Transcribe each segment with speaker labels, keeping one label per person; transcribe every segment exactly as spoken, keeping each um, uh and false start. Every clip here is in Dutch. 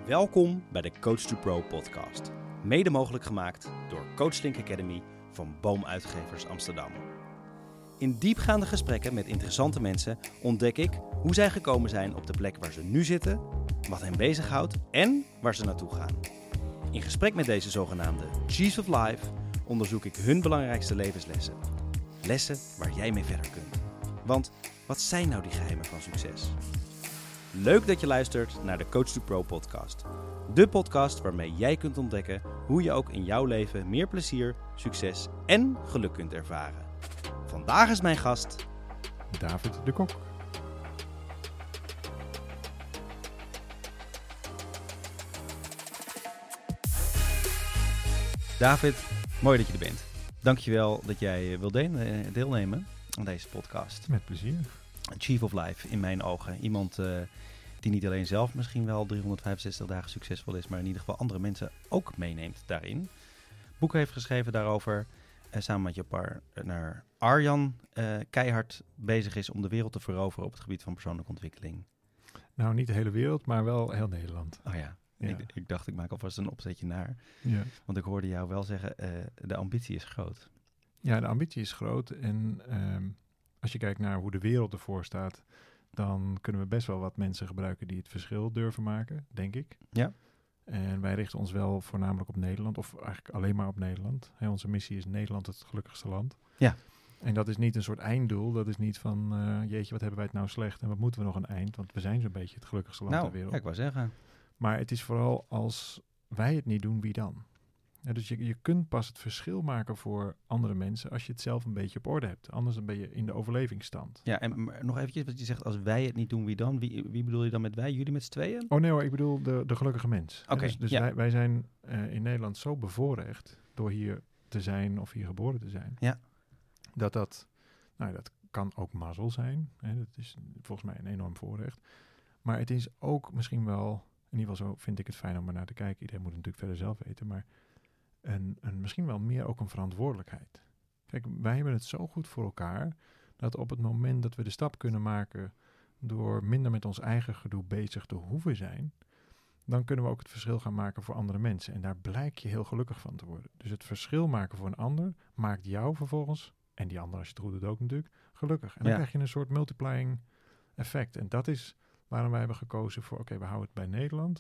Speaker 1: Welkom bij de Coach to Pro podcast. Mede mogelijk gemaakt door Coachlink Academy van Boomuitgevers Amsterdam. In diepgaande gesprekken met interessante mensen ontdek ik hoe zij gekomen zijn op de plek waar ze nu zitten, wat hen bezighoudt en waar ze naartoe gaan. In gesprek met deze zogenaamde Chiefs of Life onderzoek ik hun belangrijkste levenslessen. Lessen waar jij mee verder kunt. Want wat zijn nou die geheimen van succes? Leuk dat je luistert naar de Coach to Pro podcast. De podcast waarmee jij kunt ontdekken hoe je ook in jouw leven meer plezier, succes en geluk kunt ervaren. Vandaag is mijn gast
Speaker 2: David de Kok.
Speaker 1: David, mooi dat je er bent. Dankjewel dat jij wil de- deelnemen aan deze podcast.
Speaker 2: Met plezier.
Speaker 1: Chief of Life in mijn ogen. Iemand uh, die niet alleen zelf misschien wel driehonderdvijfenzestig dagen succesvol is, maar in ieder geval andere mensen ook meeneemt daarin. Boeken heeft geschreven daarover. Uh, samen met je partner Arjan uh, keihard bezig is om de wereld te veroveren op het gebied van persoonlijke ontwikkeling.
Speaker 2: Nou, niet de hele wereld, maar wel heel Nederland.
Speaker 1: Oh ja,
Speaker 2: Ja.
Speaker 1: Ik, ik dacht ik maak alvast een opzetje naar.
Speaker 2: Ja.
Speaker 1: Want ik hoorde jou wel zeggen, uh, de ambitie is groot.
Speaker 2: Ja, de ambitie is groot. En um, als je kijkt naar hoe de wereld ervoor staat, dan kunnen we best wel wat mensen gebruiken die het verschil durven maken, denk ik.
Speaker 1: Ja.
Speaker 2: En wij richten ons wel voornamelijk op Nederland, of eigenlijk alleen maar op Nederland. He, onze missie is Nederland het gelukkigste land.
Speaker 1: Ja.
Speaker 2: En dat is niet een soort einddoel. Dat is niet van, uh, jeetje, wat hebben wij het nou slecht en wat moeten we nog een eind? Want we zijn zo'n beetje het gelukkigste land
Speaker 1: Nou,
Speaker 2: ter wereld.
Speaker 1: ja, ik wou zeggen.
Speaker 2: Maar het is vooral als wij het niet doen, wie dan? Ja, dus je, je kunt pas het verschil maken voor andere mensen als je het zelf een beetje op orde hebt. Anders dan ben je in de overlevingsstand.
Speaker 1: Ja, en maar nog eventjes wat je zegt, als wij het niet doen, wie dan? Wie, wie bedoel je dan met wij? Jullie met z'n tweeën?
Speaker 2: Oh nee hoor, ik bedoel de, de gelukkige mens.
Speaker 1: Oké,
Speaker 2: dus dus
Speaker 1: ja.
Speaker 2: wij, wij zijn uh, in Nederland zo bevoorrecht door hier te zijn of hier geboren te zijn.
Speaker 1: Ja.
Speaker 2: Dat dat, nou dat kan ook mazzel zijn. Hè, dat is volgens mij een enorm voorrecht. Maar het is ook misschien wel, in ieder geval zo vind ik het fijn om er naar te kijken. Iedereen moet het natuurlijk verder zelf weten, maar een, een, misschien wel meer ook een verantwoordelijkheid. Kijk, wij hebben het zo goed voor elkaar dat op het moment dat we de stap kunnen maken door minder met ons eigen gedoe bezig te hoeven zijn, dan kunnen we ook het verschil gaan maken voor andere mensen. En daar blijk je heel gelukkig van te worden. Dus het verschil maken voor een ander maakt jou vervolgens, en die ander als je het goed doet ook natuurlijk, gelukkig. En dan
Speaker 1: Ja.
Speaker 2: krijg je een soort multiplying effect. En dat is waarom wij hebben gekozen voor, oké, okay, we houden het bij Nederland.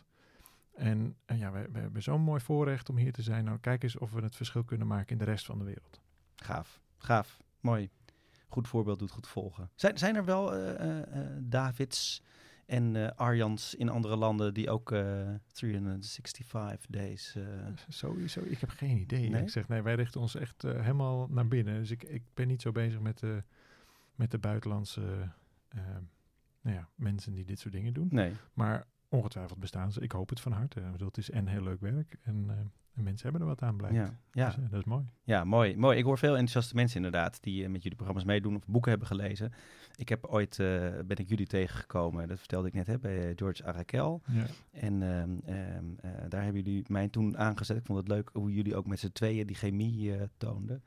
Speaker 2: En, en ja, we, we hebben zo'n mooi voorrecht om hier te zijn. Nou, kijk eens of we het verschil kunnen maken in de rest van de wereld.
Speaker 1: Gaaf, gaaf, mooi. Goed voorbeeld doet goed volgen. Zijn, zijn er wel uh, uh, Davids en uh, Arjans in andere landen die ook uh, driehonderdvijfenzestig days... Uh...
Speaker 2: Sowieso, ik heb geen idee.
Speaker 1: Nee?
Speaker 2: Ik zeg, nee, wij richten ons echt uh, helemaal naar binnen. Dus ik, ik ben niet zo bezig met de, met de buitenlandse uh, nou ja, mensen die dit soort dingen doen.
Speaker 1: Nee.
Speaker 2: Maar ongetwijfeld bestaan ze. Ik hoop het van harte. Ik bedoel, het is en heel leuk werk en, uh, en mensen hebben er wat aan blijkt.
Speaker 1: Ja, ja.
Speaker 2: Dus, uh, dat is mooi.
Speaker 1: Ja, mooi, mooi. Ik hoor veel enthousiaste mensen inderdaad die uh, met jullie programma's meedoen of boeken hebben gelezen. Ik heb ooit, uh, ben ik jullie tegengekomen, dat vertelde ik net, hè, bij uh, George Arakel.
Speaker 2: Ja.
Speaker 1: En um, um, uh, daar hebben jullie mij toen aangezet. Ik vond het leuk hoe jullie ook met z'n tweeën die chemie uh, toonden.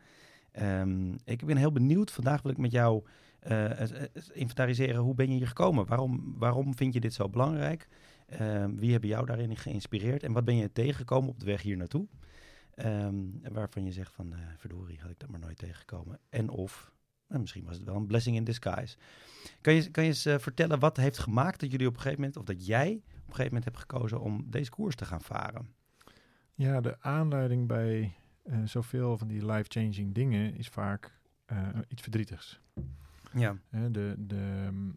Speaker 1: Um, ik ben heel benieuwd. Vandaag wil ik met jou uh, inventariseren. Hoe ben je hier gekomen? Waarom, waarom vind je dit zo belangrijk? Um, wie hebben jou daarin geïnspireerd? En wat ben je tegengekomen op de weg hier naartoe? Um, waarvan je zegt van, uh, verdorie, had ik dat maar nooit tegengekomen. En of, nou, misschien was het wel een blessing in disguise. Kan je, kan je eens uh, vertellen wat heeft gemaakt dat jullie op een gegeven moment, of dat jij op een gegeven moment hebt gekozen om deze koers te gaan varen?
Speaker 2: Ja, de aanleiding bij uh, zoveel van die life-changing dingen is vaak uh, iets verdrietigs.
Speaker 1: Ja.
Speaker 2: Uh, de... de um,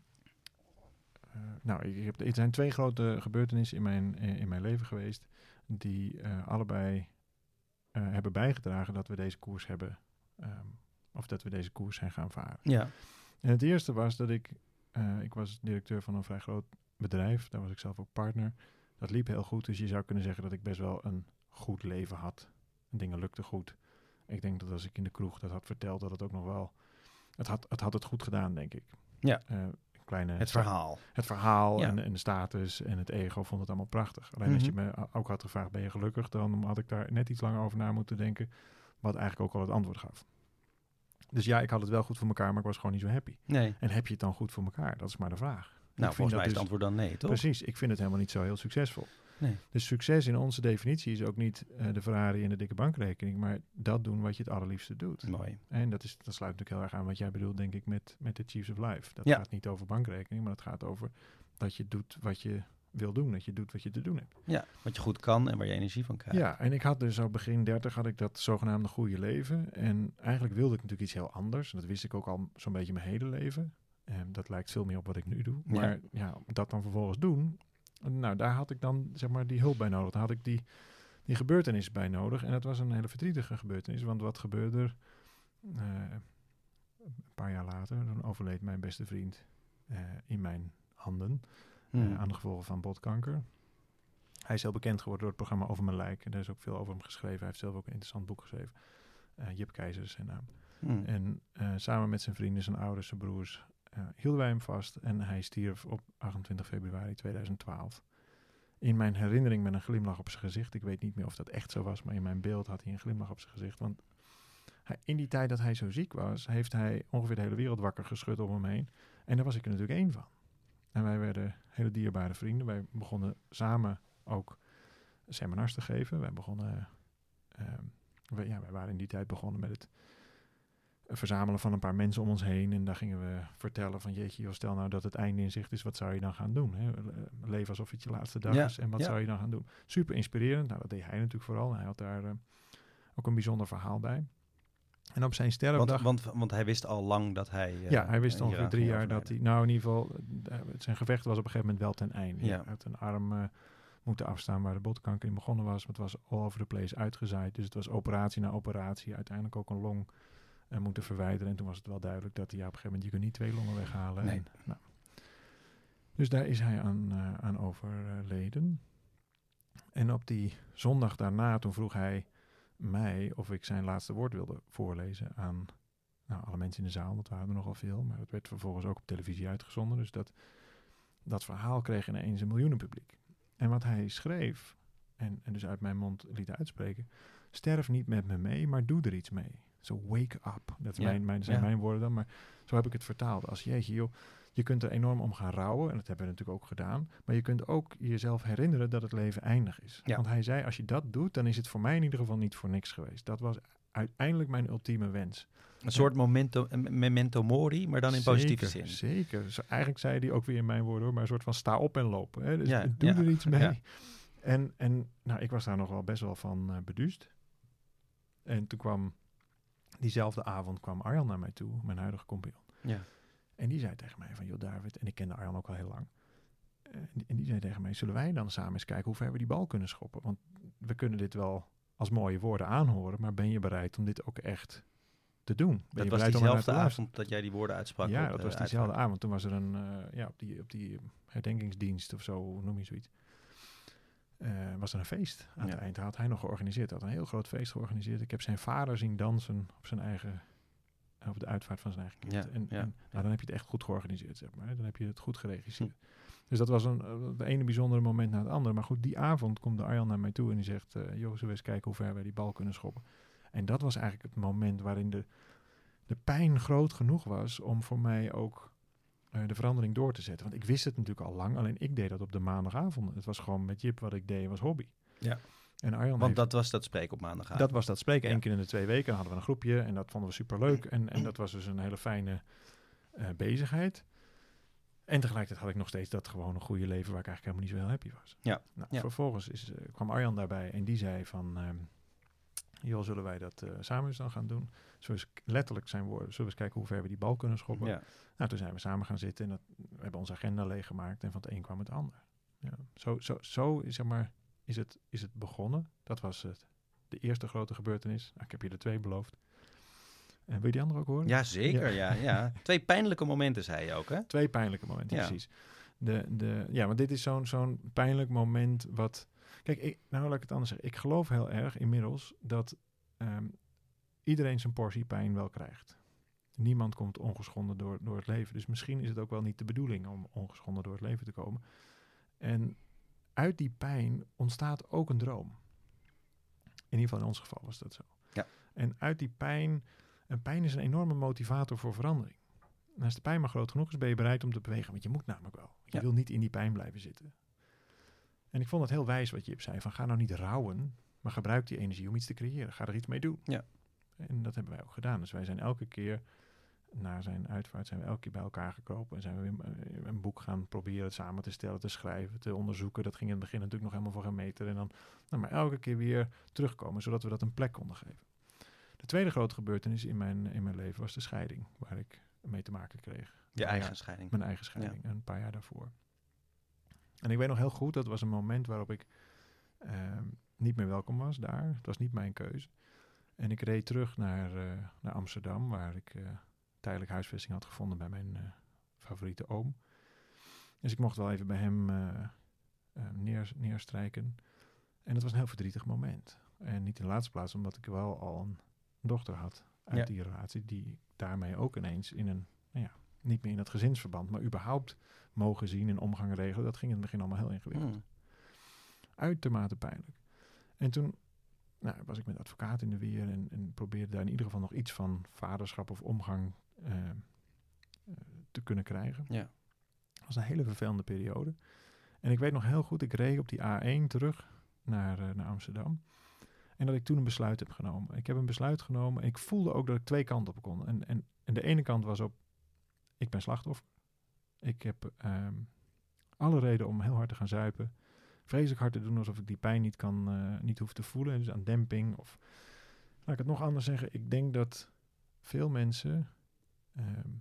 Speaker 2: Uh, nou, ik heb, er zijn twee grote gebeurtenissen in mijn, uh, in mijn leven geweest die uh, allebei uh, hebben bijgedragen dat we deze koers hebben, um, of dat we deze koers zijn gaan varen.
Speaker 1: Ja.
Speaker 2: En het eerste was dat ik, uh, ik was directeur van een vrij groot bedrijf, daar was ik zelf ook partner. Dat liep heel goed, dus je zou kunnen zeggen dat ik best wel een goed leven had. Dingen lukten goed. Ik denk dat als ik in de kroeg dat had verteld, dat het ook nog wel, het had het, had het goed gedaan, denk ik.
Speaker 1: Ja.
Speaker 2: Uh, Kleine
Speaker 1: het verhaal.
Speaker 2: Het verhaal
Speaker 1: ja.
Speaker 2: en, en de status en het ego vond het allemaal prachtig. Alleen
Speaker 1: Mm-hmm.
Speaker 2: als je me ook had gevraagd, ben je gelukkig? Dan had ik daar net iets langer over na moeten denken. Wat eigenlijk ook al het antwoord gaf. Dus ja, ik had het wel goed voor elkaar, maar ik was gewoon niet zo happy.
Speaker 1: Nee.
Speaker 2: En heb je het dan goed voor elkaar? Dat is maar de vraag.
Speaker 1: Nou, volgens mij is het
Speaker 2: dus,
Speaker 1: antwoord dan nee, toch?
Speaker 2: Precies, ik vind het helemaal niet zo heel succesvol.
Speaker 1: Nee.
Speaker 2: Dus succes in onze definitie is ook niet uh, de Ferrari en de dikke bankrekening, maar dat doen wat je het allerliefste doet.
Speaker 1: Mooi.
Speaker 2: En dat, is, dat sluit natuurlijk heel erg aan wat jij bedoelt, denk ik, met, met de Chiefs of Life. Dat
Speaker 1: Ja.
Speaker 2: gaat niet over bankrekening, maar het gaat over dat je doet wat je wil doen. Dat je doet wat je te doen hebt.
Speaker 1: Ja, wat je goed kan en waar je energie van krijgt.
Speaker 2: Ja, en ik had dus al begin dertig had ik dat zogenaamde goede leven. En eigenlijk wilde ik natuurlijk iets heel anders. Dat wist ik ook al zo'n beetje mijn hele leven. En dat lijkt veel meer op wat ik nu doe.
Speaker 1: Ja.
Speaker 2: Maar ja, dat dan vervolgens doen, nou, daar had ik dan zeg maar die hulp bij nodig. Daar had ik die, die gebeurtenis bij nodig. En dat was een hele verdrietige gebeurtenis. Want wat gebeurde er? Uh, een paar jaar later, dan overleed mijn beste vriend uh, in mijn handen.
Speaker 1: Hmm.
Speaker 2: Uh, aan de gevolgen van botkanker. Hij is heel bekend geworden door het programma Over Mijn Lijk. En daar is ook veel over hem geschreven. Hij heeft zelf ook een interessant boek geschreven. Uh, Jip Keizer is zijn naam.
Speaker 1: Hmm.
Speaker 2: En uh, samen met zijn vrienden, zijn ouders, zijn broers, uh, hielden wij hem vast. En hij stierf op achtentwintig februari tweeduizend twaalf. In mijn herinnering met een glimlach op zijn gezicht. Ik weet niet meer of dat echt zo was, maar in mijn beeld had hij een glimlach op zijn gezicht. Want hij, in die tijd dat hij zo ziek was, heeft hij ongeveer de hele wereld wakker geschud om hem heen. En daar was ik er natuurlijk één van. En wij werden hele dierbare vrienden. Wij begonnen samen ook seminars te geven. Wij begonnen, uh, wij, ja, wij waren in die tijd begonnen met het verzamelen van een paar mensen om ons heen. En daar gingen we vertellen van, jeetje, joh, stel nou dat het einde in zicht is, wat zou je dan gaan doen? Hè? Leef alsof het je laatste dag
Speaker 1: ja,
Speaker 2: is. En wat
Speaker 1: ja.
Speaker 2: zou je dan gaan doen? Super inspirerend. Nou, dat deed hij natuurlijk vooral. Hij had daar uh, ook een bijzonder verhaal bij. En op zijn sterfdag...
Speaker 1: Want, want, want hij wist al lang dat hij... Uh,
Speaker 2: ja, hij wist ongeveer drie jaar dat hij... Nou, in ieder geval, uh, zijn gevecht was op een gegeven moment wel ten einde.
Speaker 1: Ja.
Speaker 2: Hij had een arm uh, moeten afstaan waar de botkanker in begonnen was. Maar het was all over the place uitgezaaid. Dus het was operatie na operatie. Uiteindelijk ook een long uh, moeten verwijderen. En toen was het wel duidelijk dat hij ja, op een gegeven moment... Je kunt niet twee longen weghalen.
Speaker 1: Nee.
Speaker 2: En, nou. Dus daar is hij aan, uh, aan overleden. En op die zondag daarna, toen vroeg hij mij of ik zijn laatste woord wilde voorlezen aan nou, alle mensen in de zaal. Dat waren er nogal veel, maar dat werd vervolgens ook op televisie uitgezonden. Dus dat, dat verhaal kreeg ineens een miljoenenpubliek. En wat hij schreef, en, en dus uit mijn mond liet uitspreken, sterf niet met me mee, maar doe er iets mee. So wake up. Dat
Speaker 1: Ja.
Speaker 2: mijn, mijn, zijn
Speaker 1: Ja.
Speaker 2: mijn woorden dan, maar zo heb ik het vertaald. Als jeetje joh, je kunt er enorm om gaan rouwen, en dat hebben we natuurlijk ook gedaan. Maar je kunt ook jezelf herinneren dat het leven eindig is.
Speaker 1: Ja.
Speaker 2: Want hij zei, als je dat doet, dan is het voor mij in ieder geval niet voor niks geweest. Dat was uiteindelijk mijn ultieme wens.
Speaker 1: Een soort momento, een memento mori, maar dan in positieve
Speaker 2: Zeker,
Speaker 1: zin.
Speaker 2: Zeker. Dus eigenlijk zei hij ook weer in mijn woorden, hoor, maar een soort van sta op en loop. Hè? Dus
Speaker 1: Ja,
Speaker 2: doe
Speaker 1: ja,
Speaker 2: er iets mee.
Speaker 1: ja.
Speaker 2: En, en nou, ik was daar nog wel best wel van uh, beduust. En toen kwam, diezelfde avond kwam Arjan naar mij toe, mijn huidige compagnon.
Speaker 1: Ja.
Speaker 2: En die zei tegen mij van, joh David, en ik kende Arjan ook al heel lang. Uh, en, die, en die zei tegen mij, zullen wij dan samen eens kijken hoe ver we die bal kunnen schoppen? Want we kunnen dit wel als mooie woorden aanhoren, maar ben je bereid om dit ook echt te doen? Ben
Speaker 1: Dat
Speaker 2: je
Speaker 1: was
Speaker 2: bereid om ernaar
Speaker 1: diezelfde
Speaker 2: te luisteren?
Speaker 1: avond dat jij die woorden uitsprak.
Speaker 2: Ja,
Speaker 1: op,
Speaker 2: dat
Speaker 1: uh,
Speaker 2: was
Speaker 1: uitvaart.
Speaker 2: diezelfde avond. Toen was er een, uh, ja, op die, op die herdenkingsdienst of zo, hoe noem je zoiets. Uh, was er een feest aan
Speaker 1: Ja.
Speaker 2: het eind. Had hij nog georganiseerd. Had een heel groot feest georganiseerd. Ik heb zijn vader zien dansen op zijn eigen, op de uitvaart van zijn eigen kind.
Speaker 1: Ja,
Speaker 2: en,
Speaker 1: ja.
Speaker 2: en nou, dan heb je het echt goed georganiseerd, zeg maar. Dan heb je het goed geregisseerd. Hm. Dus dat was een, het ene bijzondere moment na het andere. Maar goed, die avond komt de Arjan naar mij toe en die zegt, uh, joh, zullen we eens kijken hoe ver wij die bal kunnen schoppen. En dat was eigenlijk het moment waarin de, de pijn groot genoeg was om voor mij ook uh, de verandering door te zetten. Want ik wist het natuurlijk al lang, alleen ik deed dat op de maandagavond. Het was gewoon met Jip wat ik deed, was hobby.
Speaker 1: Ja.
Speaker 2: En Arjan
Speaker 1: Want
Speaker 2: heeft,
Speaker 1: dat was dat spreken op maandagavond.
Speaker 2: dat was dat spreken.
Speaker 1: Ja.
Speaker 2: Eén keer in de twee weken dan hadden we een groepje en dat vonden we superleuk. En, en dat was dus een hele fijne uh, bezigheid. En tegelijkertijd had ik nog steeds dat gewoon een goede leven waar ik eigenlijk helemaal niet zo heel happy was.
Speaker 1: Ja.
Speaker 2: Nou,
Speaker 1: Ja.
Speaker 2: Vervolgens is, uh, kwam Arjan daarbij en die zei van, um, joh, zullen wij dat uh, samen eens dan gaan doen? Zullen we eens, letterlijk zijn woorden, zullen we eens kijken hoe ver we die bal kunnen schoppen?
Speaker 1: Ja.
Speaker 2: Nou, toen zijn we samen gaan zitten en dat, we hebben onze agenda leeggemaakt en van het een kwam het ander. Ja. Zo, zo, zo zeg maar, is, het, is het begonnen. Dat was het, de eerste grote gebeurtenis. Nou, ik heb je er twee beloofd. En wil je die andere ook horen?
Speaker 1: Ja, zeker.
Speaker 2: Ja.
Speaker 1: Ja. Ja. Twee pijnlijke momenten, zei je ook, hè?
Speaker 2: Twee pijnlijke momenten,
Speaker 1: Ja.
Speaker 2: precies. De, de, ja, want dit is zo'n zo'n pijnlijk moment wat... Kijk, ik, nou laat ik het anders zeggen. Ik geloof heel erg inmiddels dat um, iedereen zijn portie pijn wel krijgt. Niemand komt ongeschonden door, door het leven. Dus misschien is het ook wel niet de bedoeling om ongeschonden door het leven te komen. En uit die pijn ontstaat ook een droom. In ieder geval in ons geval was dat zo.
Speaker 1: Ja.
Speaker 2: En uit die pijn... En pijn is een enorme motivator voor verandering. En als de pijn maar groot genoeg is, ben je bereid om te bewegen. Want je moet namelijk wel. Je
Speaker 1: Ja.
Speaker 2: wil niet in die pijn blijven zitten. En ik vond het heel wijs wat Jip zei, van ga nou niet rouwen, maar gebruik die energie om iets te creëren. Ga er iets mee doen.
Speaker 1: Ja.
Speaker 2: En dat hebben wij ook gedaan. Dus wij zijn elke keer, na zijn uitvaart, zijn we elke keer bij elkaar gekropen. En zijn we weer een boek gaan proberen samen te stellen, te schrijven, te onderzoeken. Dat ging in het begin natuurlijk nog helemaal voor geen meter. En dan nou, maar elke keer weer terugkomen, zodat we dat een plek konden geven. De tweede grote gebeurtenis in mijn, in mijn leven was de scheiding, waar ik mee te maken kreeg.
Speaker 1: Je eigen
Speaker 2: jaar,
Speaker 1: scheiding.
Speaker 2: Mijn eigen scheiding, ja. Een paar jaar daarvoor. En ik weet nog heel goed, dat was een moment waarop ik uh, niet meer welkom was daar. Het was niet mijn keuze. En ik reed terug naar, uh, naar Amsterdam, waar ik uh, tijdelijk huisvesting had gevonden bij mijn uh, favoriete oom. Dus ik mocht wel even bij hem uh, uh, neer, neerstrijken. En dat was een heel verdrietig moment. En niet in de laatste plaats, omdat ik wel al een dochter had uit ja. die relatie, die daarmee ook ineens in een, nou ja, niet meer in dat gezinsverband, maar überhaupt mogen zien en omgang regelen. Dat ging in het begin allemaal heel ingewikkeld. Mm. Uitermate pijnlijk. En toen nou, was ik met advocaat in de weer en, en probeerde daar in ieder geval nog iets van vaderschap of omgang uh, uh, te kunnen krijgen.
Speaker 1: Ja.
Speaker 2: Dat was een hele vervelende periode. En ik weet nog heel goed, ik reed op die A één terug naar, uh, naar Amsterdam. En dat ik toen een besluit heb genomen. Ik heb een besluit genomen en ik voelde ook dat ik twee kanten op kon. En, en, en de ene kant was op, ik ben slachtoffer. Ik heb um, alle reden om heel hard te gaan zuipen. Vreselijk hard te doen alsof ik die pijn niet kan, uh, niet hoef te voelen. Dus aan demping. Of laat ik het nog anders zeggen. Ik denk dat veel mensen um,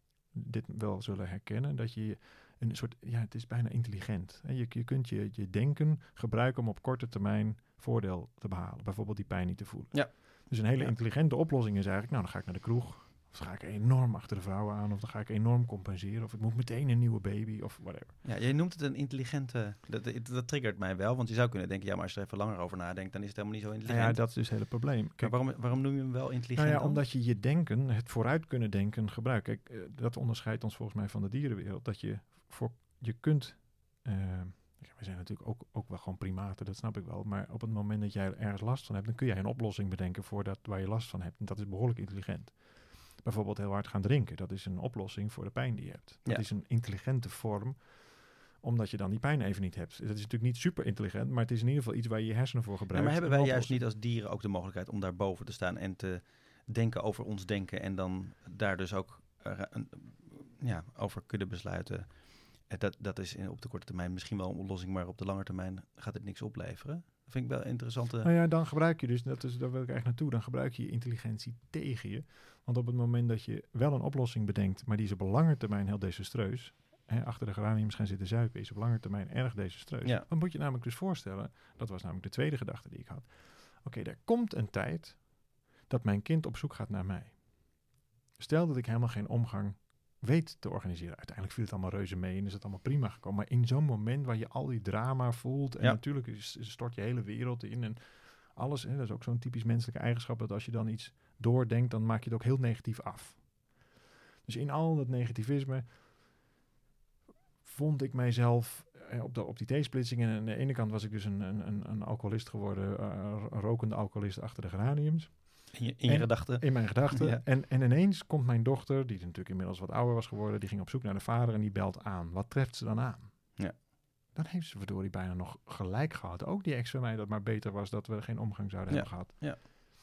Speaker 2: dit wel zullen herkennen. Dat je een soort, ja, het is bijna intelligent. En je, je kunt je, je denken gebruiken om op korte termijn voordeel te behalen. Bijvoorbeeld die pijn niet te voelen.
Speaker 1: Ja.
Speaker 2: Dus een hele
Speaker 1: ja.
Speaker 2: intelligente oplossing is eigenlijk, nou dan ga ik naar de kroeg. Of dan ga ik enorm achter de vrouwen aan. Of dan ga ik enorm compenseren. Of ik moet meteen een nieuwe baby. Of whatever.
Speaker 1: Ja, jij noemt het een intelligente... Dat, dat, dat triggert mij wel. Want je zou kunnen denken... Ja, maar als je er even langer over nadenkt... Dan is het helemaal niet zo intelligent.
Speaker 2: Ja, dat is dus het hele probleem. Kijk,
Speaker 1: maar waarom, waarom noem je hem wel intelligent
Speaker 2: nou ja,
Speaker 1: dan?
Speaker 2: Omdat je je denken, het vooruit kunnen denken, gebruikt. Kijk, uh, dat onderscheidt ons volgens mij van de dierenwereld. Dat je voor... Je kunt... Uh, we zijn natuurlijk ook, ook wel gewoon primaten, dat snap ik wel. Maar op het moment dat jij er ergens last van hebt... Dan kun jij een oplossing bedenken voor dat waar je last van hebt. En dat is behoorlijk intelligent. Bijvoorbeeld heel hard gaan drinken. Dat is een oplossing voor de pijn die je hebt. Dat ja. is een intelligente vorm, omdat je dan die pijn even niet hebt. Dat is natuurlijk niet super intelligent, maar het is in ieder geval iets waar je je hersenen voor gebruikt.
Speaker 1: Ja, maar hebben wij juist niet als dieren ook de mogelijkheid om daar boven te staan en te denken over ons denken en dan daar dus ook uh, een, ja, over kunnen besluiten? Dat, dat is in, op de korte termijn misschien wel een oplossing, maar op de lange termijn gaat het niks opleveren. Dat vind ik wel interessant.
Speaker 2: Nou ja, dan gebruik je dus, dat is, daar wil ik eigenlijk naartoe, dan gebruik je je intelligentie tegen je. Want op het moment dat je wel een oplossing bedenkt, maar die is op lange termijn heel desastreus, hè, achter de geraniums gaan zitten zuipen, is op lange termijn erg desastreus. Ja. Dan moet je namelijk dus voorstellen, dat was namelijk de tweede gedachte die ik had. Oké, okay, er komt een tijd dat mijn kind op zoek gaat naar mij. Stel dat ik helemaal geen omgang weet te organiseren. Uiteindelijk viel het allemaal reuze mee en is het allemaal prima gekomen. Maar in zo'n moment waar je al die drama voelt en ja. natuurlijk is, stort je hele wereld in en alles, hè, dat is ook zo'n typisch menselijke eigenschap, dat als je dan iets doordenkt, dan maak je het ook heel negatief af. Dus in al dat negativisme vond ik mijzelf eh, op, de, op die T-splitsing. En aan de ene kant was ik dus een, een, een alcoholist geworden, uh, een rokende alcoholist achter de geraniums.
Speaker 1: In je, in je gedachten?
Speaker 2: In mijn gedachten. Ja. En, en ineens komt mijn dochter, die natuurlijk inmiddels wat ouder was geworden, die ging op zoek naar de vader en die belt aan. Wat treft ze dan aan?
Speaker 1: Ja.
Speaker 2: Dan heeft ze verdorie bijna nog gelijk gehad. Ook die ex van mij, dat maar beter was dat we geen omgang zouden ja. hebben gehad.
Speaker 1: Ja.